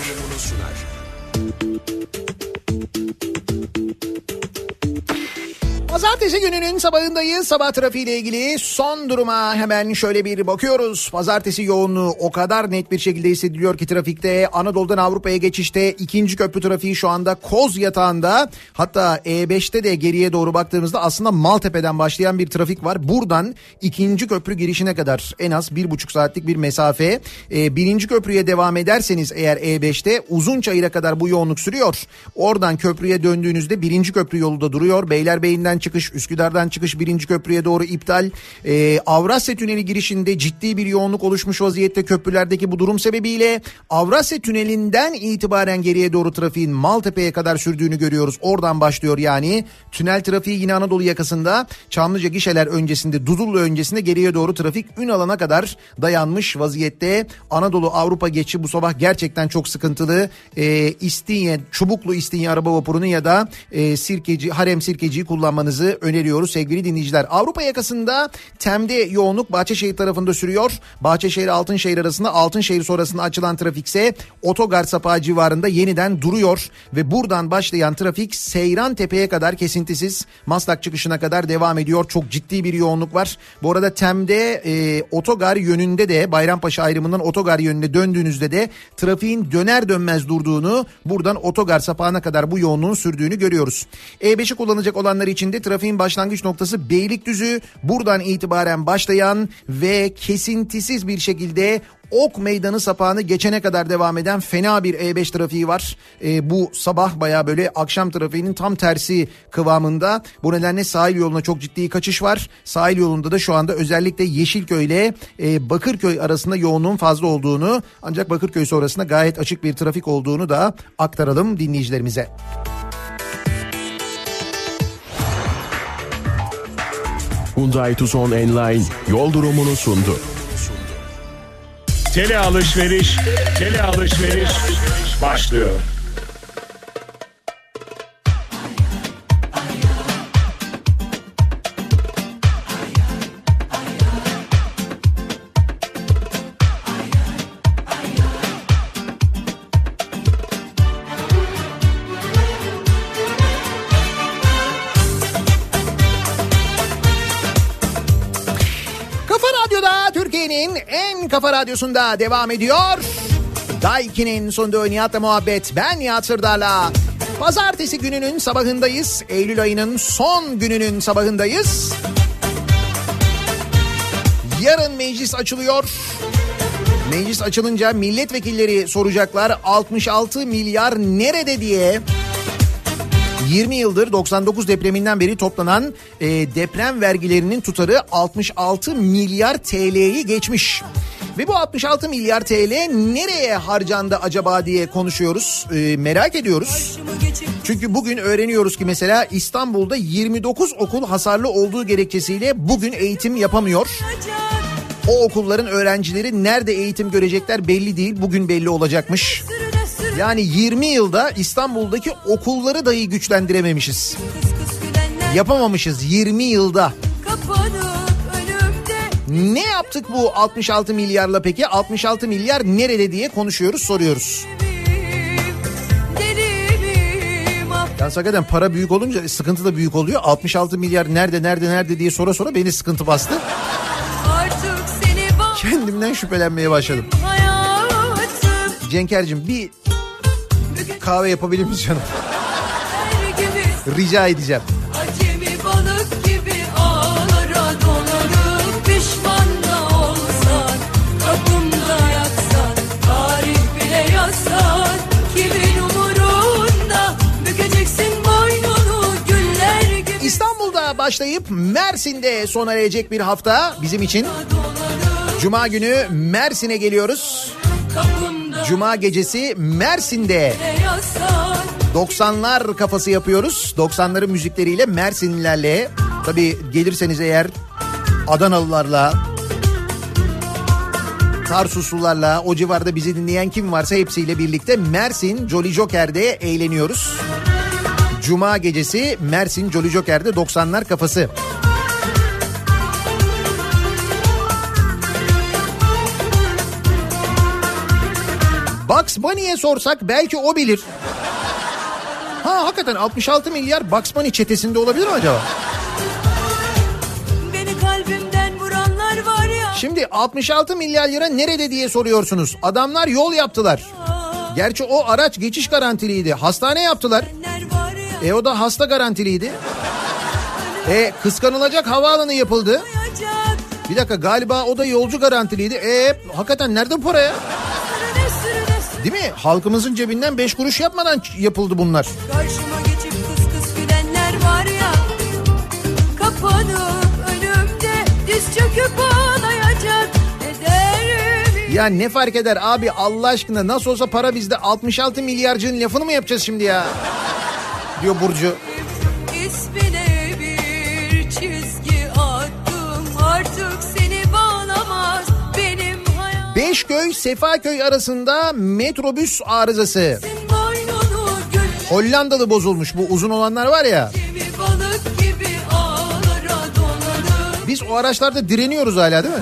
Speaker 1: Pazartesi gününün sabahındayız. Sabah trafiğiyle ilgili son duruma hemen şöyle bir bakıyoruz. Pazartesi yoğunluğu o kadar net bir şekilde hissediliyor ki trafikte. Anadolu'dan Avrupa'ya geçişte ikinci köprü trafiği şu anda Koz Yatağı'nda. Hatta E beşte de geriye doğru baktığımızda aslında Maltepe'den başlayan bir trafik var. Buradan ikinci köprü girişine kadar en az bir buçuk saatlik bir mesafe. Ee, birinci köprüye devam ederseniz eğer E beşte Uzunçayır'a kadar bu yoğunluk sürüyor. Oradan köprüye döndüğünüzde birinci köprü yolu da duruyor. Beylerbeyi'nden çıkış, Üsküdar'dan çıkış birinci köprüye doğru iptal. Ee, Avrasya Tüneli girişinde ciddi bir yoğunluk oluşmuş vaziyette köprülerdeki bu durum sebebiyle. Avrasya Tüneli'nden itibaren geriye doğru trafiğin Maltepe'ye kadar sürdüğünü görüyoruz. Oradan başlıyor yani. Tünel trafiği yine Anadolu yakasında. Çamlıca gişeler öncesinde, Dudullu öncesinde geriye doğru trafik Ünalan'a kadar dayanmış vaziyette. Anadolu Avrupa geçişi bu sabah gerçekten çok sıkıntılı. Ee, İstinye, Çubuklu İstinye araba vapurunu ya da e, Sirkeci, Harem Sirkeci'yi kullanmanızı öneriyoruz sevgili dinleyiciler. Avrupa yakasında Tem'de yoğunluk Bahçeşehir tarafında sürüyor. Bahçeşehir Altınşehir arasında, Altınşehir sonrasında açılan trafikse Otogar Sapağı civarında yeniden duruyor ve buradan başlayan trafik Seyrantepe'ye kadar kesintisiz Maslak çıkışına kadar devam ediyor. Çok ciddi bir yoğunluk var. Bu arada Tem'de e, Otogar yönünde de Bayrampaşa ayrımından Otogar yönüne döndüğünüzde de trafiğin döner dönmez durduğunu, buradan Otogar Sapağı'na kadar bu yoğunluğun sürdüğünü görüyoruz. E beşi kullanacak olanlar için de trafiğin başlangıç noktası Beylikdüzü, buradan itibaren başlayan ve kesintisiz bir şekilde Ok Meydanı sapağını geçene kadar devam eden fena bir E beş trafiği var. E, bu sabah baya böyle akşam trafiğinin tam tersi kıvamında. Bu nedenle sahil yoluna çok ciddi kaçış var. Sahil yolunda da şu anda özellikle Yeşilköy ile e, Bakırköy arasında yoğunluğun fazla olduğunu, ancak Bakırköy sonrasında gayet açık bir trafik olduğunu da aktaralım dinleyicilerimize.
Speaker 4: Hyundai Tucson Enline yol durumunu sundu.
Speaker 9: Tele alışveriş, tele alışveriş başlıyor.
Speaker 1: Kafa Radyosu'nda devam ediyor. Daiki'nin sunduğu Nihat'la muhabbet. Ben Nihat Sırdar'la. Pazartesi gününün sabahındayız. Eylül ayının son gününün sabahındayız. Yarın meclis açılıyor. Meclis açılınca milletvekilleri soracaklar altmış altı milyar nerede diye. yirmi yıldır doksan dokuz depreminden beri toplanan e, deprem vergilerinin tutarı altmış altı milyar T L'yi geçmiş. Ve bu altmış altı milyar T L nereye harcandı acaba diye konuşuyoruz, e, merak ediyoruz. Çünkü bugün öğreniyoruz ki mesela İstanbul'da yirmi dokuz okul hasarlı olduğu gerekçesiyle bugün eğitim yapamıyor. O okulların öğrencileri nerede eğitim görecekler belli değil, bugün belli olacakmış. Yani yirmi yılda İstanbul'daki okulları dahi güçlendirememişiz. Yapamamışız yirmi yılda. Ne yaptık bu altmış altı milyarla peki? altmış altı milyar nerede diye konuşuyoruz, soruyoruz. Yani hakikaten para büyük olunca sıkıntı da büyük oluyor. altmış altı milyar nerede nerede nerede diye sora sora beni sıkıntı bastı. Kendimden şüphelenmeye başladım. Cenker'cim bir kahve yapabilir misin canım? Rica edeceğim.
Speaker 6: Acemi balık gibi ağlara dolanıp pişman da olsan, kapımda yatsan, tarih bile yazsan, kimin umurunda, bükeceksin boynunu güller gibi.
Speaker 1: İstanbul'da başlayıp Mersin'de sona erecek bir hafta bizim için. Cuma günü Mersin'e geliyoruz. Cuma gecesi Mersin'de doksanlar kafası yapıyoruz. doksanların müzikleriyle Mersinlilerle. Tabii gelirseniz eğer Adanalılarla, Tarsuslularla, o civarda bizi dinleyen kim varsa hepsiyle birlikte Mersin Jolly Joker'de eğleniyoruz. Cuma gecesi Mersin Jolly Joker'de doksanlar kafası. Bugs Bunny'e sorsak belki o bilir. Ha hakikaten altmış altı milyar Bugs Bunny çetesinde olabilir mi acaba?
Speaker 6: Beni kalbimden vuranlar var ya.
Speaker 1: Şimdi altmış altı milyar lira nerede diye soruyorsunuz. Adamlar yol yaptılar. Gerçi o araç geçiş garantiliydi. Hastane yaptılar. E o da hasta garantiliydi. E kıskanılacak havaalanı yapıldı. Bir dakika, galiba o da yolcu garantiliydi. E hakikaten nerede bu para ya? Değil mi? Halkımızın cebinden beş kuruş yapmadan yapıldı bunlar.
Speaker 6: Karşıma geçip kıs kıs gülenler var ya. Kapanıp önümde diz çöküp ağlayacak. Ederim.
Speaker 1: Ya ne fark eder abi Allah aşkına, nasıl olsa para bizde, altmış altı milyarcının lafını mı yapacağız şimdi ya? Diyor Burcu.
Speaker 6: İsmine bir çizgi attım, artık seni bağlamaz benim hayatım.
Speaker 1: Beşköy Sefaköy arasında metrobüs arızası. Hollandalı bozulmuş, bu uzun olanlar var ya. Biz o araçlarda direniyoruz hala değil mi?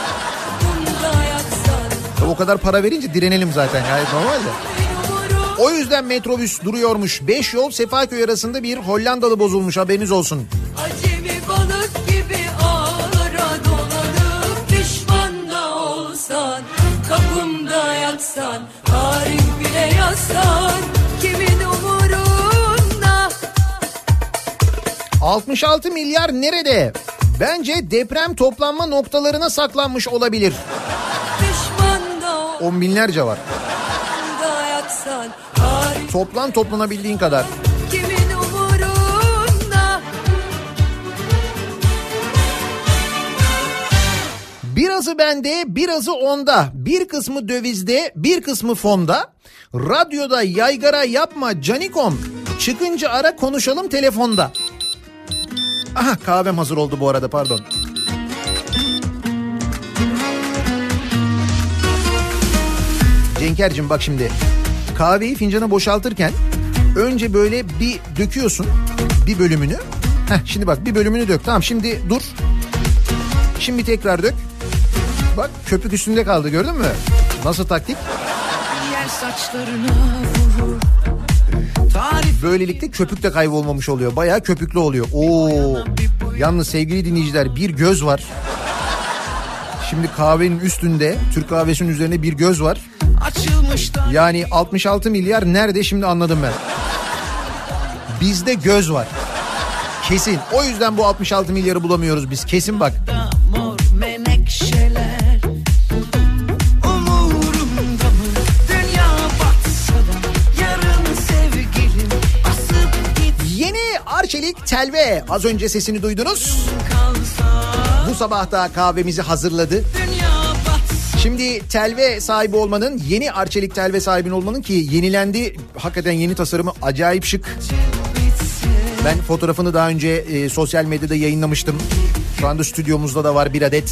Speaker 1: O kadar para verince direnelim zaten yani normalde. O yüzden metrobüs duruyormuş. Beş yol Sefaköy arasında bir Hollandalı bozulmuş, haberiniz olsun.
Speaker 6: Acemi balık gibi ağlara dolanıp pişman da olsan, kapımda yatsan, tarih bile yazsan, kimin umurunda?
Speaker 1: altmış altı milyar nerede? Bence deprem toplanma noktalarına saklanmış olabilir.
Speaker 6: Pişman da
Speaker 1: On binlerce var.
Speaker 6: yatsan, tarih
Speaker 1: Toplan toplanabildiğin kadar.
Speaker 6: kimin umurunda?
Speaker 1: Birazı bende, birazı onda. Bir kısmı dövizde, bir kısmı fonda. Radyoda yaygara yapma canikom. Çıkınca ara konuşalım telefonda. Aha, kahvem hazır oldu bu arada, pardon. Cenker'cim bak şimdi. Kahveyi fincana boşaltırken önce böyle bir döküyorsun bir bölümünü. Heh, şimdi bak bir bölümünü dök. Tamam, şimdi dur. Şimdi tekrar dök. Bak köpük üstünde kaldı, gördün mü? Nasıl taktik? Böylelikle köpük de kaybolmamış oluyor. Bayağı köpüklü oluyor. Oo. Yalnız sevgili dinleyiciler, bir göz var. Şimdi kahvenin üstünde, Türk kahvesinin üzerine bir göz var. Yani altmış altı milyar nerede şimdi anladım ben. Bizde göz var. Kesin. O yüzden bu altmış altı milyarı bulamıyoruz biz. Kesin bak.
Speaker 5: Mor menekşeler umurumda mı? Dünya batsa da yarın sevgilim asıp git.
Speaker 1: Yeni Arçelik Telve. Az önce sesini duydunuz. Bu sabah da kahvemizi hazırladı. Şimdi telve sahibi olmanın, yeni Arçelik telve sahibi olmanın ki yenilendi. Hakikaten yeni tasarımı acayip şık. Ben fotoğrafını daha önce e, sosyal medyada yayınlamıştım. Şu anda stüdyomuzda da var bir adet.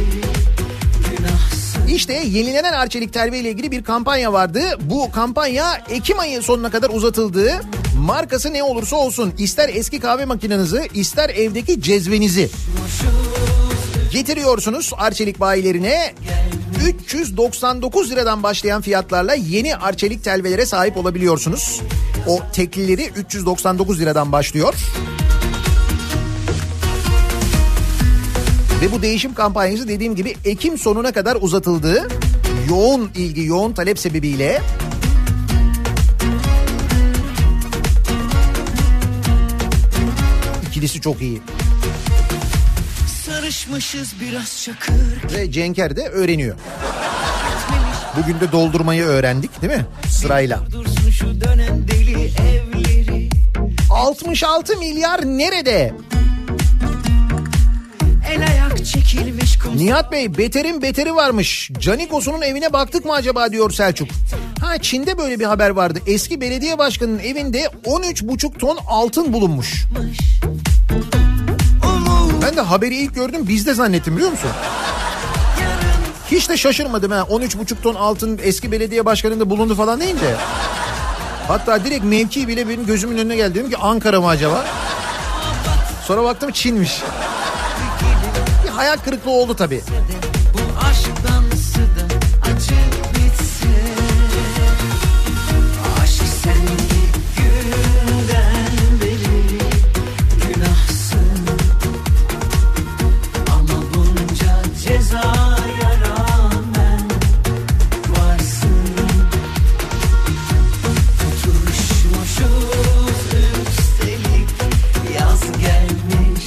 Speaker 1: İşte yenilenen Arçelik telve ile ilgili bir kampanya vardı. Bu kampanya Ekim ayı sonuna kadar uzatıldı. Markası ne olursa olsun, ister eski kahve makinenizi, ister evdeki cezvenizi getiriyorsunuz Arçelik bayilerine. üç yüz doksan dokuz liradan başlayan fiyatlarla yeni Arçelik telvelere sahip olabiliyorsunuz. O teklileri üç yüz doksan dokuz liradan başlıyor. Ve bu değişim kampanyası dediğim gibi Ekim sonuna kadar uzatıldı. Yoğun ilgi, yoğun talep sebebiyle. İkilisi çok iyi.
Speaker 5: Sarışmışız biraz çakır.
Speaker 1: Ve Cenker de öğreniyor. Bugün de doldurmayı öğrendik değil mi? Sırayla. altmış altı milyar nerede?
Speaker 5: El ayak çekilmiş kum.
Speaker 1: Nihat Bey, beterin beteri varmış. Canikos'un evine baktık mı acaba diyor Selçuk. Ha, Çin'de böyle bir haber vardı. Eski belediye başkanının evinde on üç buçuk ton altın bulunmuş. Ben de haberi ilk gördüm, bizde zannettim biliyor musun? Hiç de şaşırmadım ha, on üç buçuk ton altın eski belediye başkanında bulundu falan deyince. Hatta direkt mevki bile benim gözümün önüne geldi. Dedim ki Ankara mı acaba? Sonra baktım Çin'miş. Bir hayal kırıklığı oldu tabii.
Speaker 5: Bu aşktan sıda acı bitse. Aşk sen ilk günden beri günahsın. Ama bunca cezaya rağmen varsın. Tutuşmuşuz üstelik yaz gelmiş.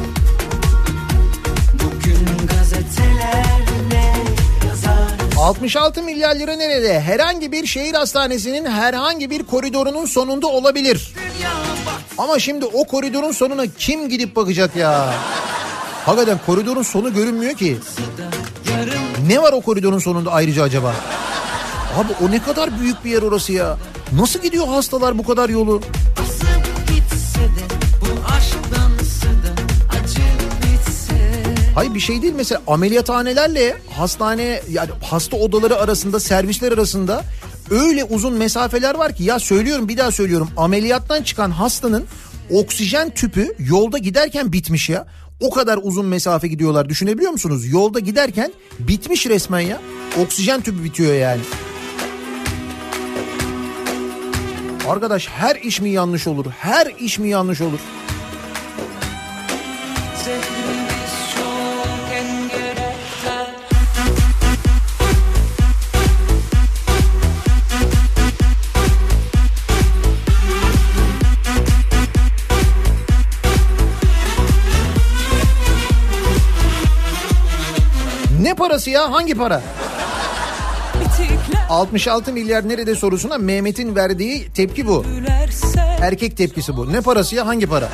Speaker 5: Bugün gazeteler ne yazar?
Speaker 1: altmış altı milyar lira nerede? Herhangi bir şehir hastanesinin herhangi bir koridorunun sonunda olabilir. Ama şimdi o koridorun sonuna kim gidip bakacak ya? Hakikaten koridorun sonu görünmüyor ki. Ne var o koridorun sonunda ayrıca acaba? Abi o ne kadar büyük bir yer orası ya. Nasıl gidiyor hastalar bu kadar yolu?
Speaker 5: Asıp gitse de bu aşktan sıda acı bitse.
Speaker 1: Hayır bir şey değil, mesela ameliyathanelerle hastane, yani hasta odaları arasında, servisler arasında öyle uzun mesafeler var ki, ya söylüyorum bir daha söylüyorum, ameliyattan çıkan hastanın oksijen tüpü yolda giderken bitmiş ya. O kadar uzun mesafe gidiyorlar, düşünebiliyor musunuz? Yolda giderken bitmiş resmen ya. Oksijen tüpü bitiyor yani. Arkadaş her iş mi yanlış olur? Her iş mi yanlış olur?
Speaker 5: Zehrimiz çok engerekten.
Speaker 1: Ne parası ya? Hangi para? altmış altı milyar nerede sorusuna Mehmet'in verdiği tepki bu. Erkek tepkisi bu. Ne parası ya? Hangi para?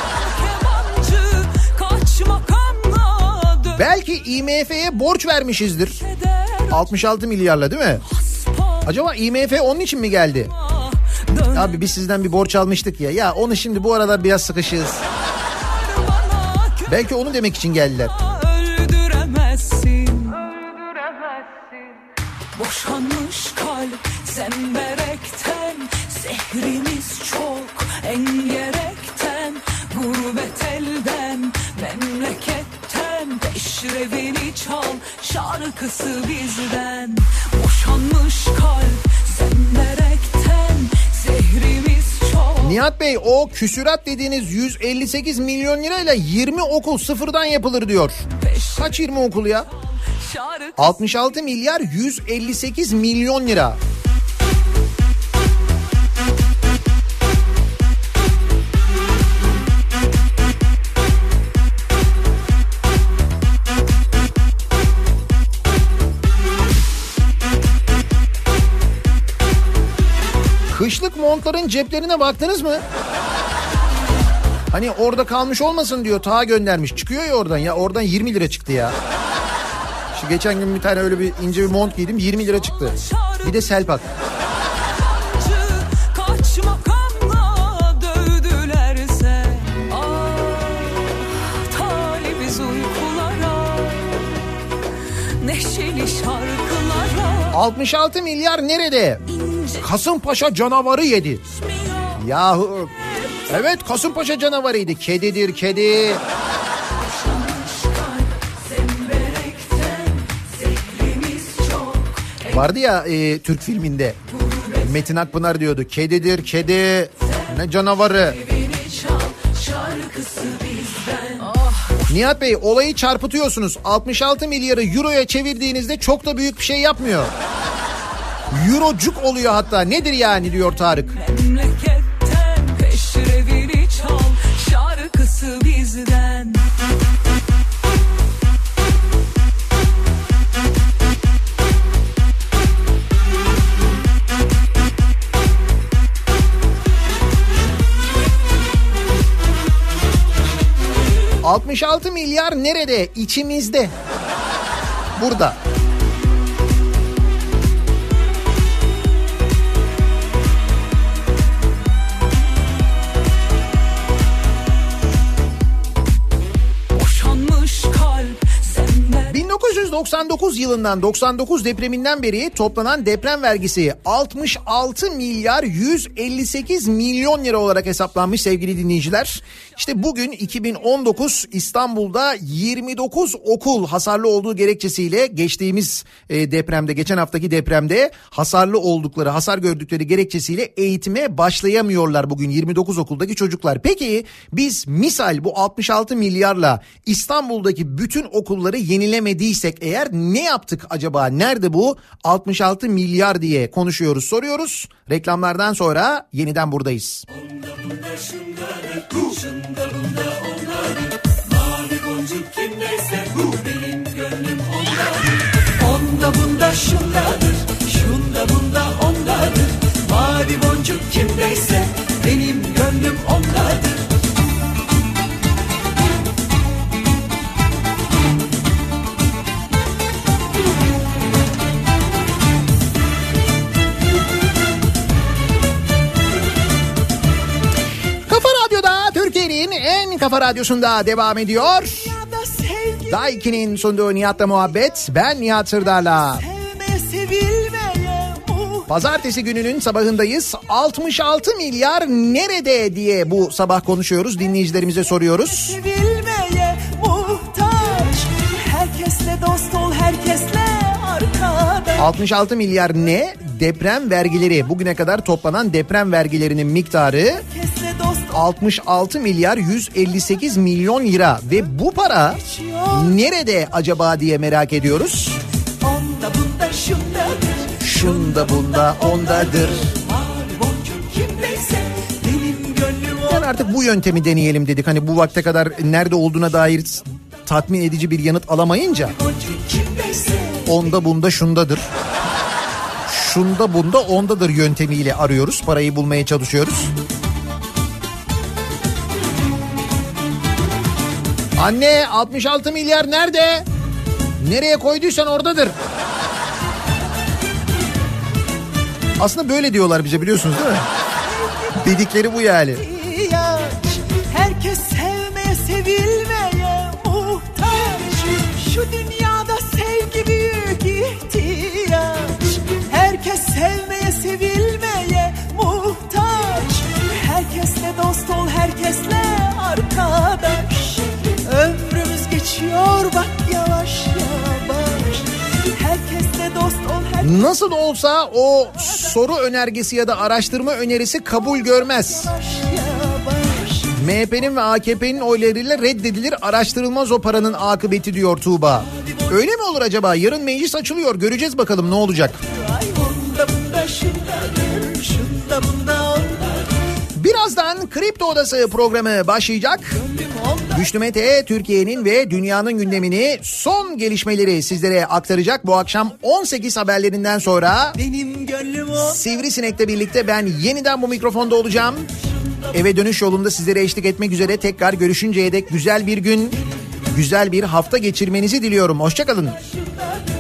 Speaker 1: Belki I M F'ye borç vermişizdir. altmış altı milyarla değil mi? Acaba I M F onun için mi geldi? Abi biz sizden bir borç almıştık ya. Ya onu şimdi bu arada biraz sıkışığız. Belki onu demek için geldiler.
Speaker 6: Öldüremezsin, öldüremezsin. Boşanmış kalp zemberekten, zehrimiz çok engerekten, gurbet elden, memleketten, peşrevini çal, şarkısı bizden. Boşanmış kalp zemberekten, zehrimiz çok.
Speaker 1: Nihat Bey, o küsürat dediğiniz yüz elli sekiz milyon lirayla yirmi okul sıfırdan yapılır diyor. Kaç yirmi okul ya? altmış altı milyar yüz elli sekiz milyon lira. Kışlık montların ceplerine baktınız mı? Hani orada kalmış olmasın diyor, ta göndermiş. Çıkıyor ya oradan, ya oradan yirmi lira çıktı ya. Şu geçen gün bir tane öyle bir ince bir mont giydim, yirmi lira çıktı. Bir de selpak.
Speaker 6: Kaç makamla dövdülerse, ah, talibiz uykulara, neşeli şarkılara.
Speaker 1: altmış altı milyar nerede? Kasımpaşa canavarı yedi. Yahu evet, Kasımpaşa canavarıydı. Kedidir kedi. Vardı ya e, Türk filminde Metin Akpınar diyordu, kedidir kedi, ne canavarı. Nihat Bey, olayı çarpıtıyorsunuz. altmış altı milyarı euroya çevirdiğinizde çok da büyük bir şey yapmıyor. Eurocuk oluyor hatta. Nedir yani diyor Tarık.
Speaker 6: Memleketten peşrevini çal, şarkısı bizden.
Speaker 1: altmış altı milyar nerede? İçimizde. Burada. bin dokuz yüz doksan dokuz yılından doksan dokuz depreminden beri toplanan deprem vergisi altmış altı milyar yüz elli sekiz milyon lira olarak hesaplanmış sevgili dinleyiciler. İşte bugün iki bin on dokuz İstanbul'da yirmi dokuz okul hasarlı olduğu gerekçesiyle geçtiğimiz depremde, geçen haftaki depremde hasarlı oldukları, hasar gördükleri gerekçesiyle eğitime başlayamıyorlar bugün yirmi dokuz okuldaki çocuklar. Peki biz misal bu altmış altı milyarla İstanbul'daki bütün okulları yenilemediysek eğer ne yaptık acaba? Nerede bu altmış altı milyar diye konuşuyoruz, soruyoruz. Reklamlardan sonra yeniden buradayız. Onda bunda şundadır, şunda bunda ondadır. Mavi boncuk kimdeyse bu benim gönlüm ondadır. Onda bunda şundadır, şunda bunda ondadır. Mavi boncuk kimdeyse benim gönlüm ondadır. En Kafa Radyosu'nda devam ediyor. Daiki'nin sunduğu Nihat'la muhabbet. Ben Nihat Sırdar'la. Pazartesi gününün sabahındayız. altmış altı milyar nerede diye bu sabah konuşuyoruz. Dinleyicilerimize soruyoruz. Herkesle dost ol, herkesle arkadaş. altmış altı milyar ne? Deprem vergileri. Bugüne kadar toplanan deprem vergilerinin miktarı altmış altı milyar yüz elli sekiz milyon lira ve bu para nerede acaba diye merak ediyoruz. Onda bunda şundadır, şunda bunda ondadır. Yani artık bu yöntemi deneyelim dedik. Hani bu vakte kadar nerede olduğuna dair tatmin edici bir yanıt alamayınca onda bunda şundadır, şunda bunda ondadır yöntemiyle arıyoruz, parayı bulmaya çalışıyoruz. Anne, altmış altı milyar nerede? Nereye koyduysan oradadır. Aslında böyle diyorlar bize, biliyorsunuz değil mi? Dedikleri bu yani.
Speaker 10: Herkes sevmeye, sevilmeye muhtaç. Şu dünyada sevgi büyük ihtiyaç. Herkes sevmeye, sevilmeye muhtaç. Herkesle dost ol, herkesle arkadaş. Ömrümüz geçiyor bak yavaş yavaş. Herkesle dost ol, herkesle...
Speaker 1: Nasıl olsa o soru önergesi ya da araştırma önerisi kabul görmez. M H P'nin ve A K P'nin oylarıyla reddedilir, araştırılmaz o paranın akıbeti diyor Tuğba. Öyle mi olur acaba? Yarın meclis açılıyor. Göreceğiz bakalım ne olacak.
Speaker 10: Ay onda bunda şundadır, şunda bunda onda.
Speaker 1: Birazdan Kripto Odası programı başlayacak. Güçlü Mete Türkiye'nin ve dünyanın gündemini, son gelişmeleri sizlere aktaracak. Bu akşam on sekiz haberlerinden sonra Sivrisinek'le birlikte ben yeniden bu mikrofonda olacağım. Eve dönüş yolunda sizlere eşlik etmek üzere tekrar görüşünceye dek güzel bir gün, güzel bir hafta geçirmenizi diliyorum. Hoşça kalın.